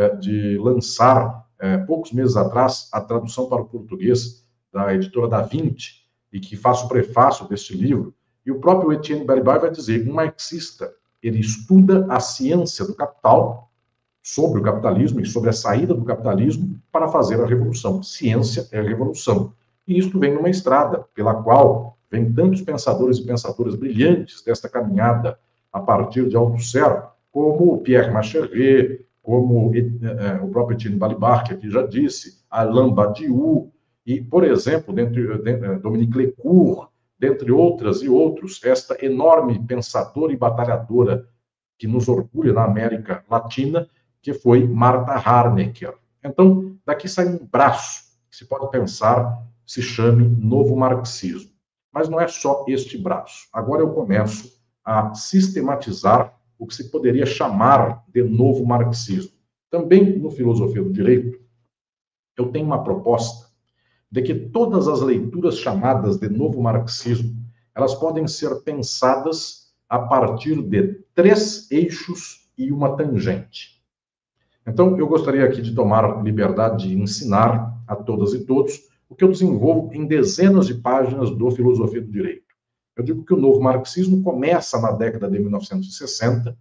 de lançar, poucos meses atrás, a tradução para o português da editora Da Vinci, e que faço o prefácio deste livro. E o próprio Etienne Balibar vai dizer: um marxista, ele estuda a ciência do capital, sobre o capitalismo e sobre a saída do capitalismo para fazer a revolução. Ciência é a revolução. E isto vem numa estrada pela qual vem tantos pensadores e pensadoras brilhantes desta caminhada a partir de Althusser, como Pierre Macheret, como eh, o próprio Etienne Balibar, que aqui já disse, Alain Badiou, e, por exemplo, dentro, dentro, Dominique Lecourt, dentre outras e outros, esta enorme pensadora e batalhadora que nos orgulha na América Latina, que foi Martha Harnecker. Então, daqui sai um braço que se pode pensar, se chame novo marxismo. Mas não é só este braço. Agora eu começo a sistematizar o que se poderia chamar de novo marxismo. Também no Filosofia do Direito, eu tenho uma proposta de que todas as leituras chamadas de novo marxismo, elas podem ser pensadas a partir de três eixos e uma tangente. Então, eu gostaria aqui de tomar liberdade de ensinar a todas e todos o que eu desenvolvo em dezenas de páginas do Filosofia do Direito. Eu digo que o novo marxismo começa na década de mil novecentos e sessenta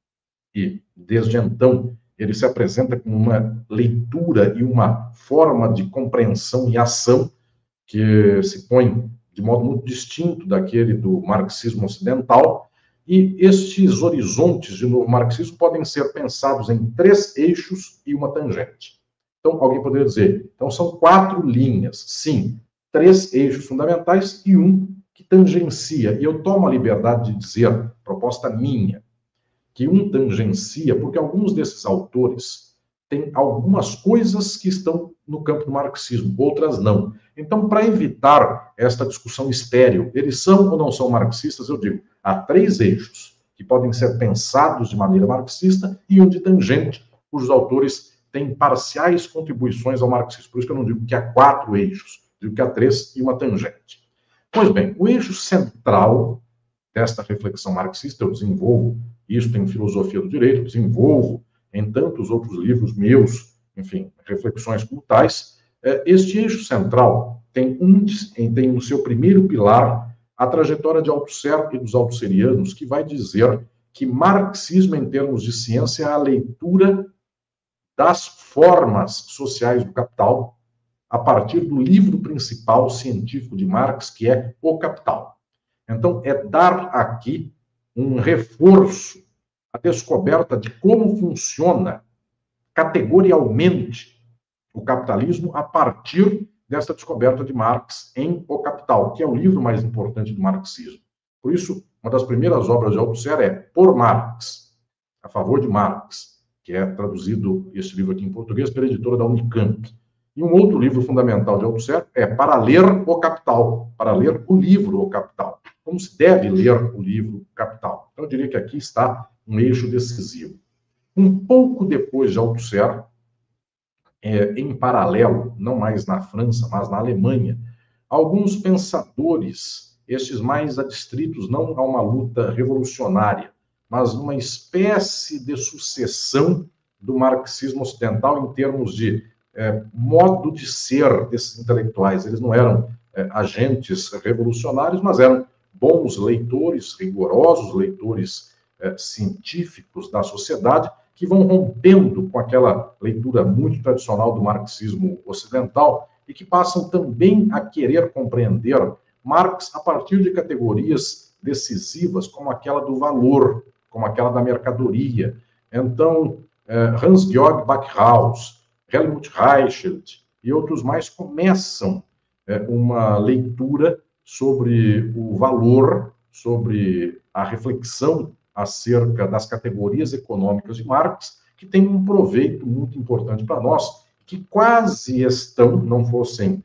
e, desde então, ele se apresenta como uma leitura e uma forma de compreensão e ação que se põe de modo muito distinto daquele do marxismo ocidental, e estes horizontes de novo marxismo podem ser pensados em três eixos e uma tangente. Então, alguém poderia dizer, então são quatro linhas, sim, três eixos fundamentais e um que tangencia. E eu tomo a liberdade de dizer, proposta minha, que um tangencia, porque alguns desses autores têm algumas coisas que estão no campo do marxismo, outras não. Então, para evitar esta discussão estéril, eles são ou não são marxistas, eu digo, há três eixos que podem ser pensados de maneira marxista e um de tangente, cujos autores têm parciais contribuições ao marxismo. Por isso que eu não digo que há quatro eixos, digo que há três e uma tangente. Pois bem, o eixo central desta reflexão marxista, eu desenvolvo isso em Filosofia do Direito, desenvolvo em tantos outros livros meus, enfim, reflexões como tais. Este eixo central tem, um, tem no seu primeiro pilar a trajetória de Althusser e dos althuserianos, que vai dizer que marxismo, em termos de ciência, é a leitura das formas sociais do capital a partir do livro principal científico de Marx, que é O Capital. Então, é dar aqui um reforço à descoberta de como funciona categorialmente o capitalismo a partir dessa descoberta de Marx em O Capital, que é o livro mais importante do marxismo. Por isso, uma das primeiras obras de Althusser é Por Marx, a favor de Marx, que é traduzido, esse livro aqui em português, pela editora da Unicamp. E um outro livro fundamental de Althusser é Para Ler o Capital, para ler o livro O Capital. Como se deve ler o livro Capital. Então, eu diria que aqui está um eixo decisivo. Um pouco depois de Althusser, é, em paralelo, não mais na França, mas na Alemanha, alguns pensadores, estes mais adstritos não a uma luta revolucionária, mas uma espécie de sucessão do marxismo ocidental em termos de é, modo de ser desses intelectuais. Eles não eram é, agentes revolucionários, mas eram bons leitores, rigorosos leitores eh, científicos da sociedade, que vão rompendo com aquela leitura muito tradicional do marxismo ocidental e que passam também a querer compreender Marx a partir de categorias decisivas, como aquela do valor, como aquela da mercadoria. Então, eh, Hans-Georg Backhaus, Helmut Reichelt e outros mais começam eh, uma leitura sobre o valor, sobre a reflexão acerca das categorias econômicas de Marx, que tem um proveito muito importante para nós, que quase estão, não fossem,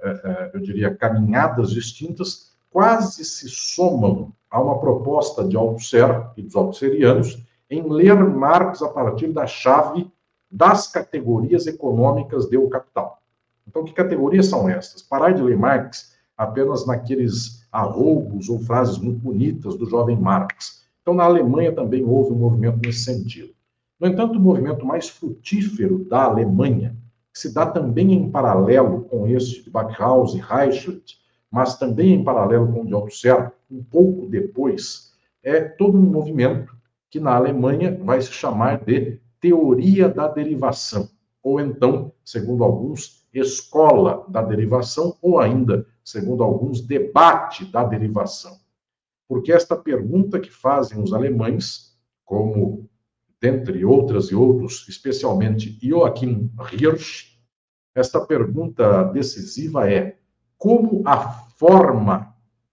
eu diria, caminhadas distintas, quase se somam a uma proposta de Althusser e dos althusserianos em ler Marx a partir da chave das categorias econômicas de O Capital. Então, que categorias são estas? Parar de ler Marx apenas naqueles arroubos ou frases muito bonitas do jovem Marx. Então, na Alemanha também houve um movimento nesse sentido. No entanto, o movimento mais frutífero da Alemanha, que se dá também em paralelo com este de Backhaus e Reichelt, mas também em paralelo com o de Althusser, um pouco depois, é todo um movimento que na Alemanha vai se chamar de teoria da derivação, ou então, segundo alguns, escola da derivação, ou ainda, segundo alguns, debate da derivação. Porque esta pergunta que fazem os alemães, como, dentre outras e outros, especialmente Joachim Hirsch, esta pergunta decisiva é: como a forma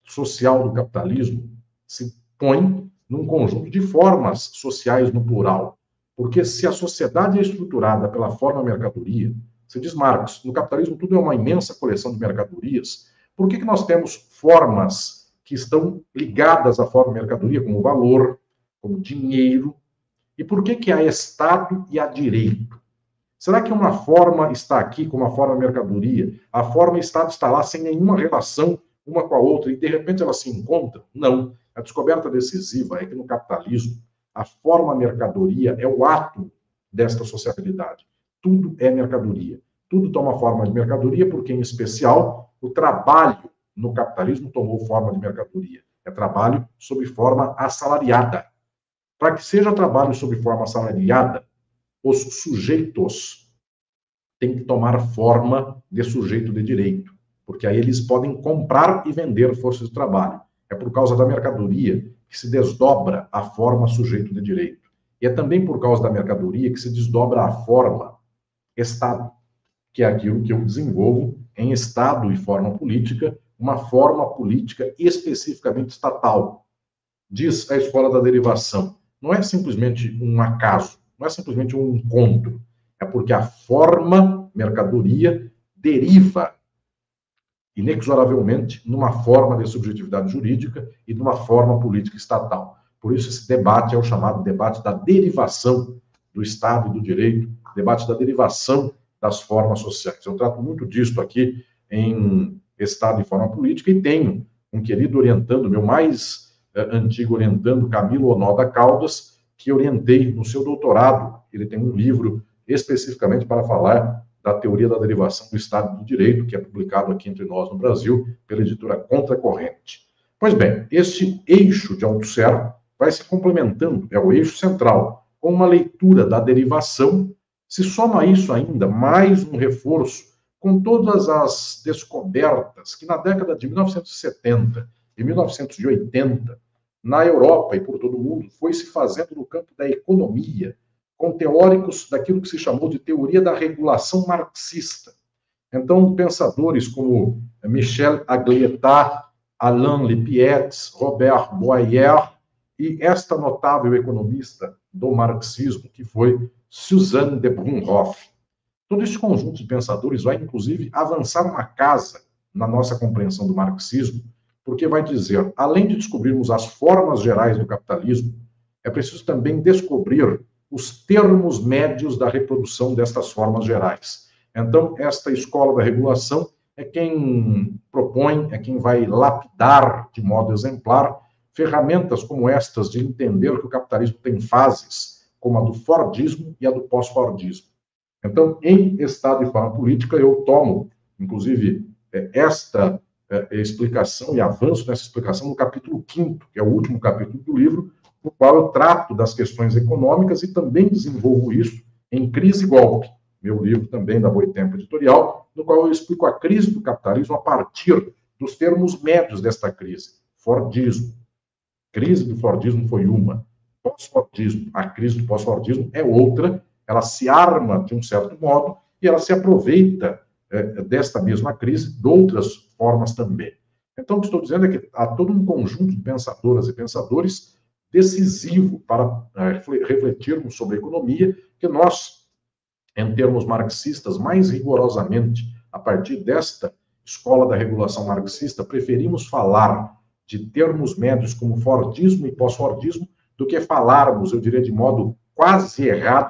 social do capitalismo se põe num conjunto de formas sociais no plural. Porque se a sociedade é estruturada pela forma mercadoria, se diz Marx, no capitalismo tudo é uma imensa coleção de mercadorias, por que que nós temos formas que estão ligadas à forma mercadoria, como valor, como dinheiro? E por que que há Estado e há direito? Será que uma forma está aqui como a forma mercadoria, a forma Estado está lá sem nenhuma relação uma com a outra e de repente elas se encontram? Não. A descoberta decisiva é que no capitalismo a forma mercadoria é o ato desta sociabilidade. Tudo é mercadoria. Tudo toma forma de mercadoria porque, em especial, o trabalho no capitalismo tomou forma de mercadoria. É trabalho sob forma assalariada. Para que seja trabalho sob forma assalariada, os sujeitos têm que tomar forma de sujeito de direito, porque aí eles podem comprar e vender força de trabalho. É por causa da mercadoria que se desdobra a forma sujeito de direito. E é também por causa da mercadoria que se desdobra a forma Estado, que é aquilo que eu desenvolvo em Estado e forma política, uma forma política especificamente estatal. Diz a escola da derivação, não é simplesmente um acaso, não é simplesmente um encontro, é porque a forma mercadoria deriva inexoravelmente numa forma de subjetividade jurídica e numa forma política estatal. Por isso esse debate é o chamado debate da derivação do Estado e do direito, debate da derivação das formas sociais. Eu trato muito disto aqui em Estado e Forma Política e tenho um querido orientando, meu mais uh, antigo orientando, Camilo Onoda Caldas, que orientei no seu doutorado. Ele tem um livro especificamente para falar da teoria da derivação do Estado e do Direito, que é publicado aqui entre nós no Brasil, pela editora Contracorrente. Pois bem, este eixo de Althusser vai se complementando, é o eixo central, com uma leitura da derivação. Se soma a isso ainda mais um reforço com todas as descobertas que na década de mil novecentos e setenta e mil novecentos e oitenta, na Europa e por todo o mundo, foi se fazendo no campo da economia, com teóricos daquilo que se chamou de teoria da regulação marxista. Então, pensadores como Michel Aglietat, Alain Lippietz, Robert Boyer e esta notável economista do marxismo, que foi Suzanne de Brunhoff. Todo esse conjunto de pensadores vai, inclusive, avançar uma casa na nossa compreensão do marxismo, porque vai dizer, além de descobrirmos as formas gerais do capitalismo, é preciso também descobrir os termos médios da reprodução destas formas gerais. Então, esta escola da regulação é quem propõe, é quem vai lapidar de modo exemplar ferramentas como estas de entender que o capitalismo tem fases, como a do Fordismo e a do pós-Fordismo. Então, em Estado e Forma Política, eu tomo, inclusive, esta explicação e avanço nessa explicação no capítulo quinto, que é o último capítulo do livro, no qual eu trato das questões econômicas e também desenvolvo isso em Crise e Golpe, meu livro também da Boitempo Editorial, no qual eu explico a crise do capitalismo a partir dos termos médios desta crise. Fordismo. Crise do Fordismo foi uma. Pós-Fordismo. A crise do pós-Fordismo é outra. Ela se arma de um certo modo e ela se aproveita é, desta mesma crise de outras formas também. Então, o que estou dizendo é que há todo um conjunto de pensadoras e pensadores decisivo para é, refletirmos sobre a economia, que nós, em termos marxistas, mais rigorosamente, a partir desta escola da regulação marxista, preferimos falar de termos médios como Fordismo e pós-Fordismo do que falarmos, eu diria de modo quase errado,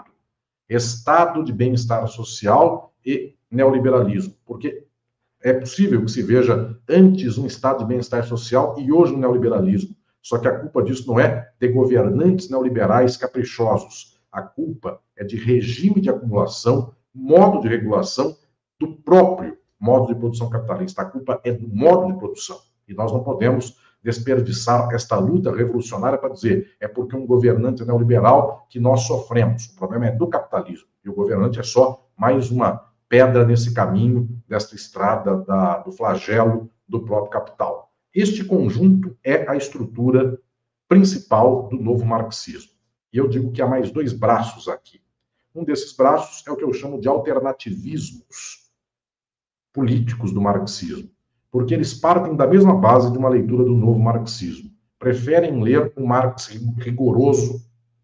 estado de bem-estar social e neoliberalismo, porque é possível que se veja antes um estado de bem-estar social e hoje um neoliberalismo. Só que a culpa disso não é de governantes neoliberais caprichosos. A culpa é de regime de acumulação, modo de regulação do próprio modo de produção capitalista. A culpa é do modo de produção. E nós não podemos desperdiçar esta luta revolucionária para dizer é porque um governante neoliberal que nós sofremos. O problema é do capitalismo. E o governante é só mais uma pedra nesse caminho, desta estrada da, do flagelo do próprio capital. Este conjunto é a estrutura principal do novo marxismo. E eu digo que há mais dois braços aqui. Um desses braços é o que eu chamo de alternativismos políticos do marxismo. porque eles partem da mesma base de uma leitura do novo marxismo. Preferem ler um Marx rigoroso,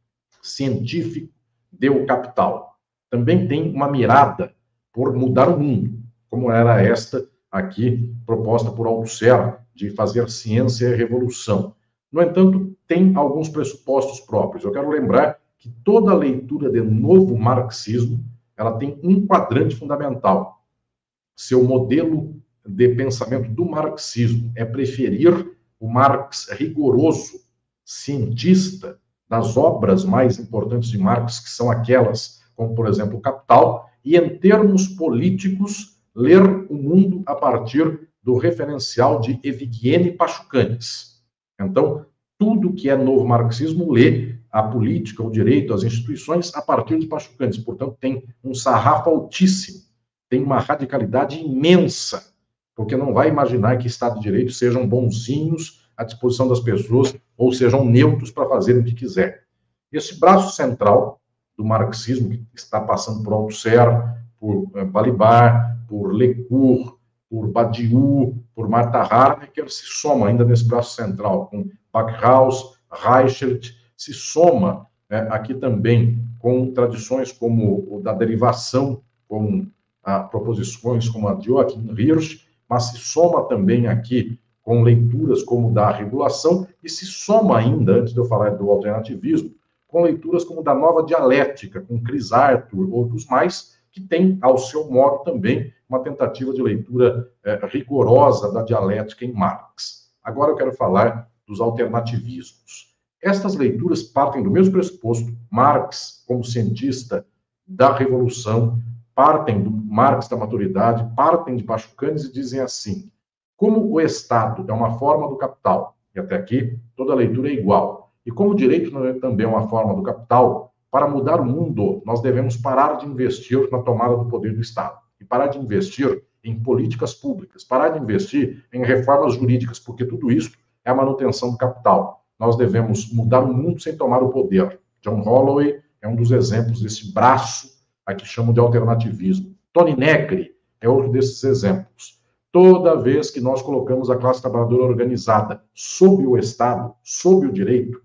científico, de O Capital. Também tem uma mirada por mudar o mundo, como era esta aqui proposta por Althusser, de fazer ciência e revolução. No entanto, tem alguns pressupostos próprios. Eu quero lembrar que toda leitura de novo marxismo, ela tem um quadrante fundamental. Seu modelo de pensamento do marxismo é preferir o Marx rigoroso, cientista, das obras mais importantes de Marx, que são aquelas, como, por exemplo, o Capital, e, em termos políticos, ler o mundo a partir do referencial de Evgueni Pachucanes. Então, tudo que é novo marxismo lê a política, o direito, as instituições a partir de Pachucanes. Portanto, tem um sarrafo altíssimo, tem uma radicalidade imensa, porque não vai imaginar que Estado de Direito sejam bonzinhos à disposição das pessoas ou sejam neutros para fazer o que quiser. Esse braço central do marxismo, que está passando por Althusser, por Balibar, por Lecourt, por Badiou, por Martha Harnecker, se soma ainda nesse braço central, com Backhaus, Reichelt, se soma é, aqui também com tradições como o da derivação, com ah, proposições como a de Joachim Hirsch, mas se soma também aqui com leituras como da regulação e se soma ainda, antes de eu falar do alternativismo, com leituras como da nova dialética, com Chris Arthur, outros mais, que tem, ao seu modo também, uma tentativa de leitura eh, rigorosa da dialética em Marx. Agora eu quero falar dos alternativismos. Estas leituras partem do mesmo pressuposto. Marx, como cientista da revolução, partem do Marx da maturidade, partem de Pachucanes e dizem assim: como o Estado é uma forma do capital, e até aqui toda a leitura é igual, e como o direito não é também uma forma do capital, para mudar o mundo, nós devemos parar de investir na tomada do poder do Estado, e parar de investir em políticas públicas, parar de investir em reformas jurídicas, porque tudo isso é a manutenção do capital. Nós devemos mudar o mundo sem tomar o poder. John Holloway é um dos exemplos desse braço a que chamam de alternativismo. Tony Negri é outro desses exemplos. Toda vez que nós colocamos a classe trabalhadora organizada sob o Estado, sob o direito,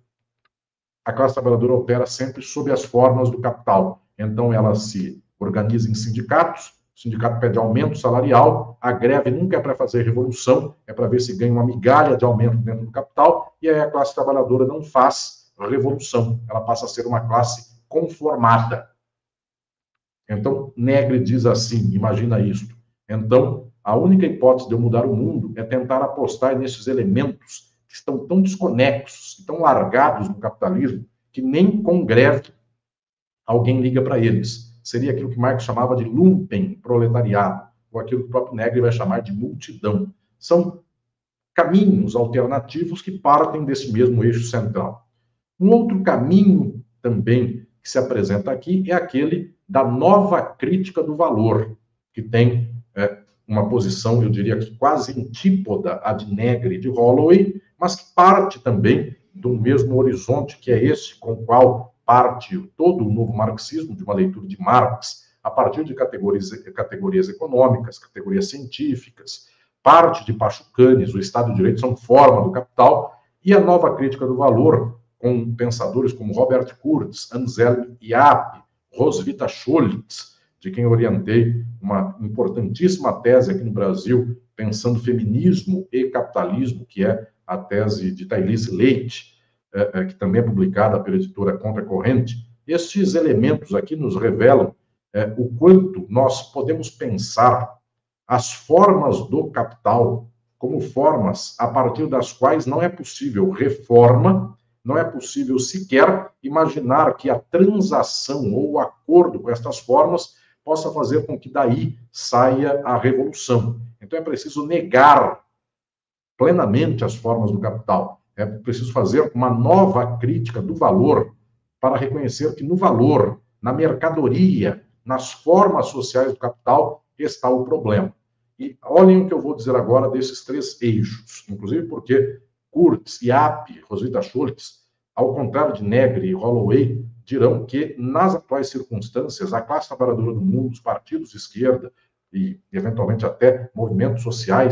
a classe trabalhadora opera sempre sob as formas do capital. Então, ela se organiza em sindicatos, o sindicato pede aumento salarial, a greve nunca é para fazer revolução, é para ver se ganha uma migalha de aumento dentro do capital, e aí a classe trabalhadora não faz revolução, ela passa a ser uma classe conformada. Então, Negri diz assim, imagina isto. Então, a única hipótese de eu mudar o mundo é tentar apostar nesses elementos que estão tão desconexos, tão largados no capitalismo, que nem com greve alguém liga para eles. Seria aquilo que Marx chamava de lumpen proletariado, ou aquilo que o próprio Negri vai chamar de multidão. São caminhos alternativos que partem desse mesmo eixo central. Um outro caminho também que se apresenta aqui é aquele da nova crítica do valor, que tem é, uma posição, eu diria que quase antípoda à de Negri e de Holloway, mas que parte também do mesmo horizonte, que é esse com o qual parte todo o novo marxismo, de uma leitura de Marx, a partir de categorias, categorias econômicas, categorias científicas, parte de Pachucanes, o Estado de Direito são forma do capital, e a nova crítica do valor, com pensadores como Robert Kurz, Anselm Iapi, Roswitha Scholz, de quem orientei uma importantíssima tese aqui no Brasil, pensando feminismo e capitalismo, que é a tese de Thailise Leite, é, é, que também é publicada pela editora Contracorrente. Estes elementos aqui nos revelam é, o quanto nós podemos pensar as formas do capital como formas a partir das quais não é possível reforma, não é possível sequer imaginar que a transação ou o acordo com estas formas possa fazer com que daí saia a revolução. Então é preciso negar plenamente as formas do capital. É preciso fazer uma nova crítica do valor para reconhecer que no valor, na mercadoria, nas formas sociais do capital, está o problema. E olhem o que eu vou dizer agora desses três eixos, inclusive porque Kurz, Iapi, Roswitha Scholz, ao contrário de Negri e Holloway, dirão que, nas atuais circunstâncias, a classe trabalhadora do mundo, os partidos de esquerda e, eventualmente, até movimentos sociais,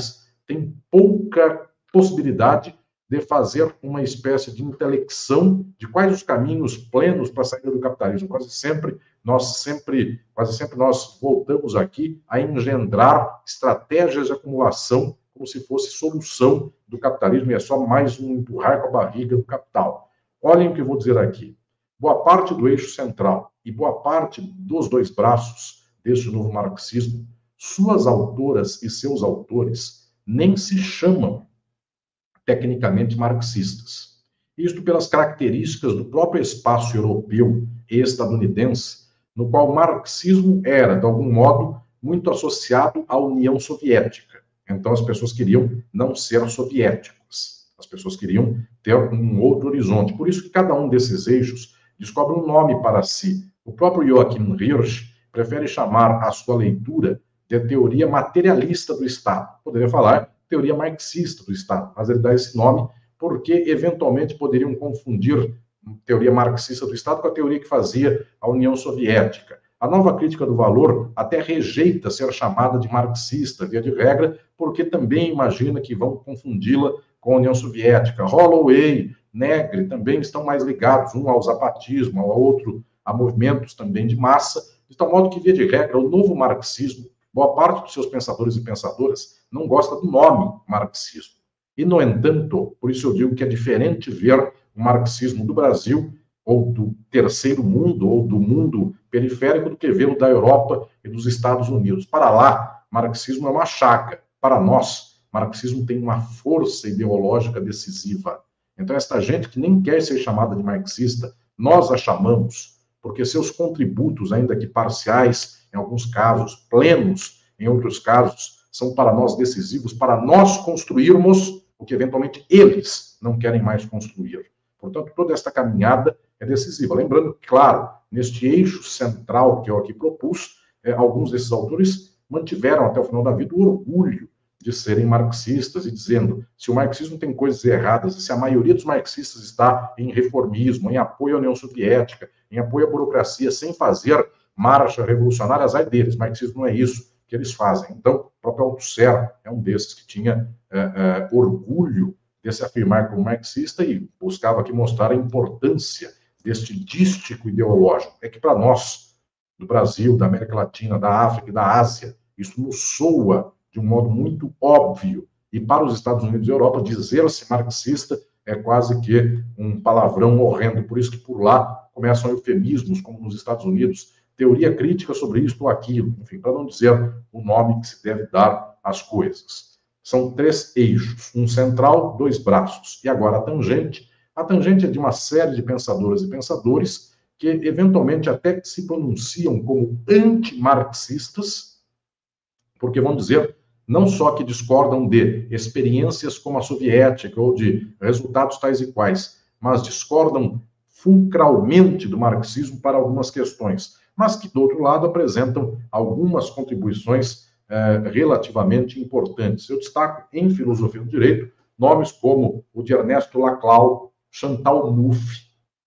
tem pouca possibilidade de fazer uma espécie de intelecção de quais os caminhos plenos para a saída do capitalismo. Quase sempre nós sempre, quase sempre nós voltamos aqui a engendrar estratégias de acumulação como se fosse solução do capitalismo, e é só mais um empurrar com a barriga do capital. Olhem o que eu vou dizer aqui. Boa parte do eixo central e boa parte dos dois braços deste novo marxismo, suas autoras e seus autores nem se chamam tecnicamente marxistas. Isto pelas características do próprio espaço europeu e estadunidense, no qual o marxismo era, de algum modo, muito associado à União Soviética. Então, as pessoas queriam não ser soviéticas. As pessoas queriam ter um outro horizonte. Por isso que cada um desses eixos descobre um nome para si. O próprio Joachim Hirsch prefere chamar a sua leitura de teoria materialista do Estado. Poderia falar teoria marxista do Estado, mas ele dá esse nome porque, eventualmente, poderiam confundir teoria marxista do Estado com a teoria que fazia a União Soviética. A nova crítica do valor até rejeita ser chamada de marxista, via de regra, porque também imagina que vão confundi-la com a União Soviética. Holloway, Negri também estão mais ligados, um ao zapatismo, ao outro a movimentos também de massa, de tal modo que, via de regra, o novo marxismo, boa parte dos seus pensadores e pensadoras não gosta do nome marxismo. E, no entanto, por isso eu digo que é diferente ver o marxismo do Brasil, ou do terceiro mundo, ou do mundo periférico, do que ver o da Europa e dos Estados Unidos. Para lá, marxismo é uma chaga. Para nós, marxismo tem uma força ideológica decisiva. Então, esta gente que nem quer ser chamada de marxista, nós a chamamos, porque seus contributos, ainda que parciais, em alguns casos, plenos, em outros casos, são para nós decisivos, para nós construirmos o que eventualmente eles não querem mais construir. Portanto, toda esta caminhada é decisiva. Lembrando que, claro, neste eixo central que eu aqui propus, eh, alguns desses autores mantiveram até o final da vida o orgulho de serem marxistas e dizendo, se o marxismo tem coisas erradas, se a maioria dos marxistas está em reformismo, em apoio à União Soviética, em apoio à burocracia, sem fazer marcha revolucionária, azar deles. O marxismo não é isso que eles fazem. Então, o próprio Althusser é um desses que tinha é, é, orgulho de se afirmar como marxista e buscava aqui mostrar a importância deste dístico ideológico. É que para nós, do Brasil, da América Latina, da África e da Ásia, isso nos soa de um modo muito óbvio. E para os Estados Unidos e Europa, dizer-se marxista é quase que um palavrão horrendo. Por isso que por lá começam eufemismos, como nos Estados Unidos, teoria crítica sobre isto ou aquilo, enfim, para não dizer o nome que se deve dar às coisas. São três eixos, um central, dois braços. E agora a tangente. A tangente é de uma série de pensadoras e pensadores que, eventualmente, até se pronunciam como antimarxistas, porque vão dizer não só que discordam de experiências como a soviética ou de resultados tais e quais, mas discordam fulcralmente do marxismo para algumas questões, mas que, do outro lado, apresentam algumas contribuições eh, relativamente importantes. Eu destaco, em filosofia do direito, nomes como o de Ernesto Laclau, Chantal Mouffe,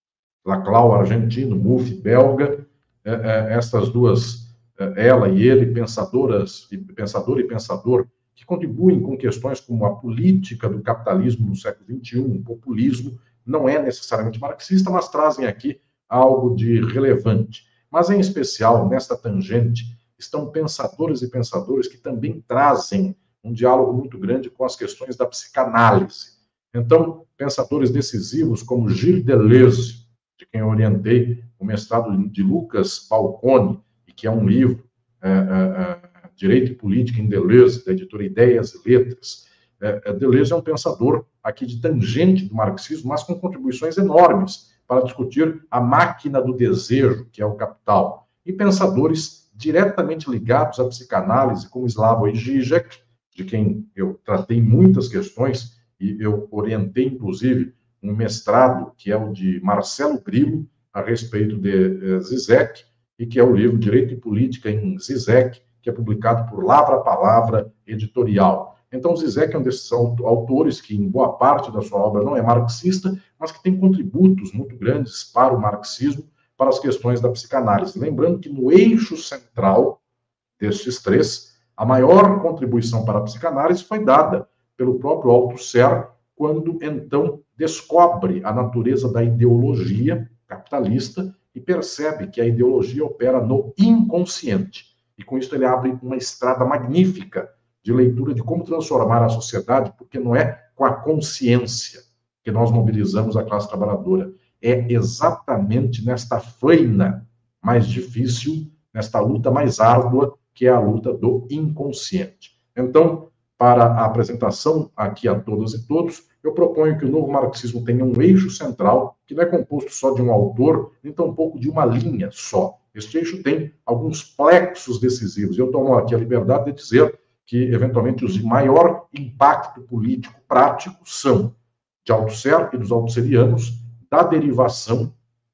Laclau, argentino, Mouffe, belga, eh, eh, essas duas, eh, ela e ele, pensadoras, pensador e pensador, que contribuem com questões como a política do capitalismo no século vinte e um, o populismo, não é necessariamente marxista, mas trazem aqui algo de relevante. Mas, em especial, nesta tangente, estão pensadores e pensadores que também trazem um diálogo muito grande com as questões da psicanálise. Então, pensadores decisivos como Gilles Deleuze, de quem eu orientei o mestrado de Lucas Falcone, e que é um livro, é, é, Direito e Política em Deleuze, da editora Ideias e Letras. É, Deleuze é um pensador aqui de tangente do marxismo, mas com contribuições enormes para discutir a máquina do desejo, que é o capital. E pensadores diretamente ligados à psicanálise, como Slavoj Žižek, de quem eu tratei muitas questões, e eu orientei, inclusive, um mestrado, que é o de Marcelo Grilo, a respeito de eh, Zizek, e que é o livro Direito e Política em Zizek, que é publicado por Lavra a Palavra Editorial. Então, Zizek é um desses autores que, em boa parte da sua obra, não é marxista, mas que tem contributos muito grandes para o marxismo, para as questões da psicanálise. Lembrando que no eixo central destes três, A maior contribuição para a psicanálise foi dada pelo próprio Althusser, quando então descobre a natureza da ideologia capitalista e percebe que a ideologia opera no inconsciente. E com isso ele abre uma estrada magnífica de leitura de como transformar a sociedade, porque não é com a consciência que nós mobilizamos a classe trabalhadora. É exatamente nesta faina mais difícil, nesta luta mais árdua, que é a luta do inconsciente. Então, para a apresentação aqui a todas e todos, eu proponho que o novo marxismo tenha um eixo central, que não é composto só de um autor, nem tampouco de uma linha só. Este eixo tem alguns plexos decisivos. Eu tomo aqui a liberdade de dizer que, eventualmente, os de maior impacto político prático são de Althusser e dos althusserianos, da derivação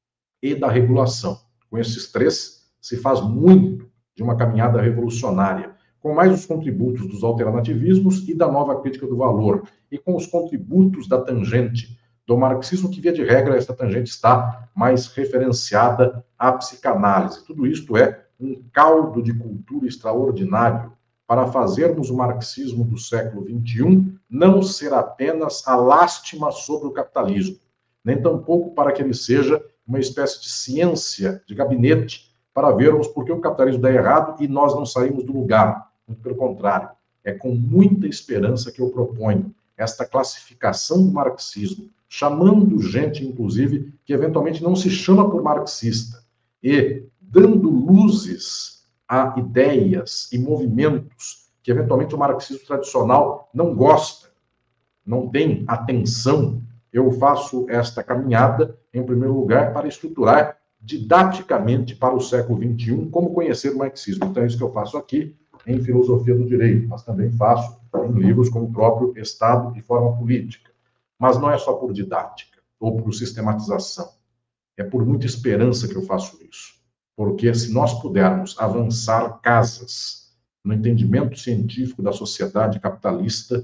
e da regulação. Com esses três, se faz muito de uma caminhada revolucionária, com mais os contributos dos alternativismos e da nova crítica do valor, e com os contributos da tangente do marxismo, que, via de regra, esta tangente está mais referenciada à psicanálise. Tudo isto é um caldo de cultura extraordinário para fazermos o marxismo do século vinte e um não ser apenas a lástima sobre o capitalismo, nem tampouco para que ele seja uma espécie de ciência de gabinete para vermos por que o capitalismo dá errado e nós não saímos do lugar. Muito pelo contrário, é com muita esperança que eu proponho esta classificação do marxismo, chamando gente, inclusive, que eventualmente não se chama por marxista, e dando luzes a ideias e movimentos que, eventualmente, o marxismo tradicional não gosta, não tem atenção. Eu faço esta caminhada, em primeiro lugar, para estruturar didaticamente para o século vinte e um como conhecer o marxismo. Então, é isso que eu faço aqui em Filosofia do Direito, mas também faço em livros como o próprio Estado e Forma Política. Mas não é só por didática ou por sistematização. É por muita esperança que eu faço isso. Porque se nós pudermos avançar casas no entendimento científico da sociedade capitalista,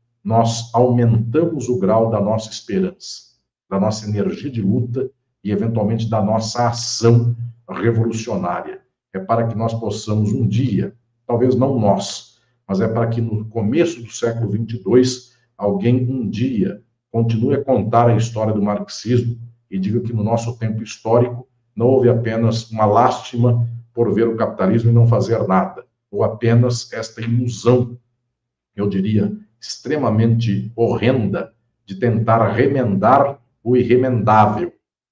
nós aumentamos o grau da nossa esperança, da nossa energia de luta e, eventualmente, da nossa ação revolucionária. É para que nós possamos um dia, talvez não nós, mas é para que no começo do século vinte e dois, alguém um dia continue a contar a história do marxismo e diga que no nosso tempo histórico não houve apenas uma lástima por ver o capitalismo e não fazer nada, ou apenas esta ilusão, eu diria, extremamente horrenda de tentar remendar o irremendável.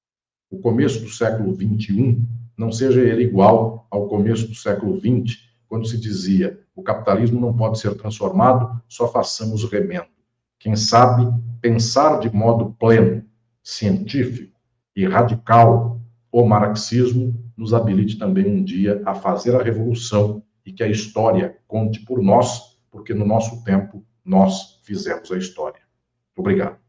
O começo do século vinte e um não seja ele igual ao começo do século vinte, quando se dizia o capitalismo não pode ser transformado, só façamos remendo. Quem sabe pensar de modo pleno, científico e radical o marxismo nos habilite também um dia a fazer a revolução e que a história conte por nós, porque no nosso tempo nós fizemos a história. Obrigado.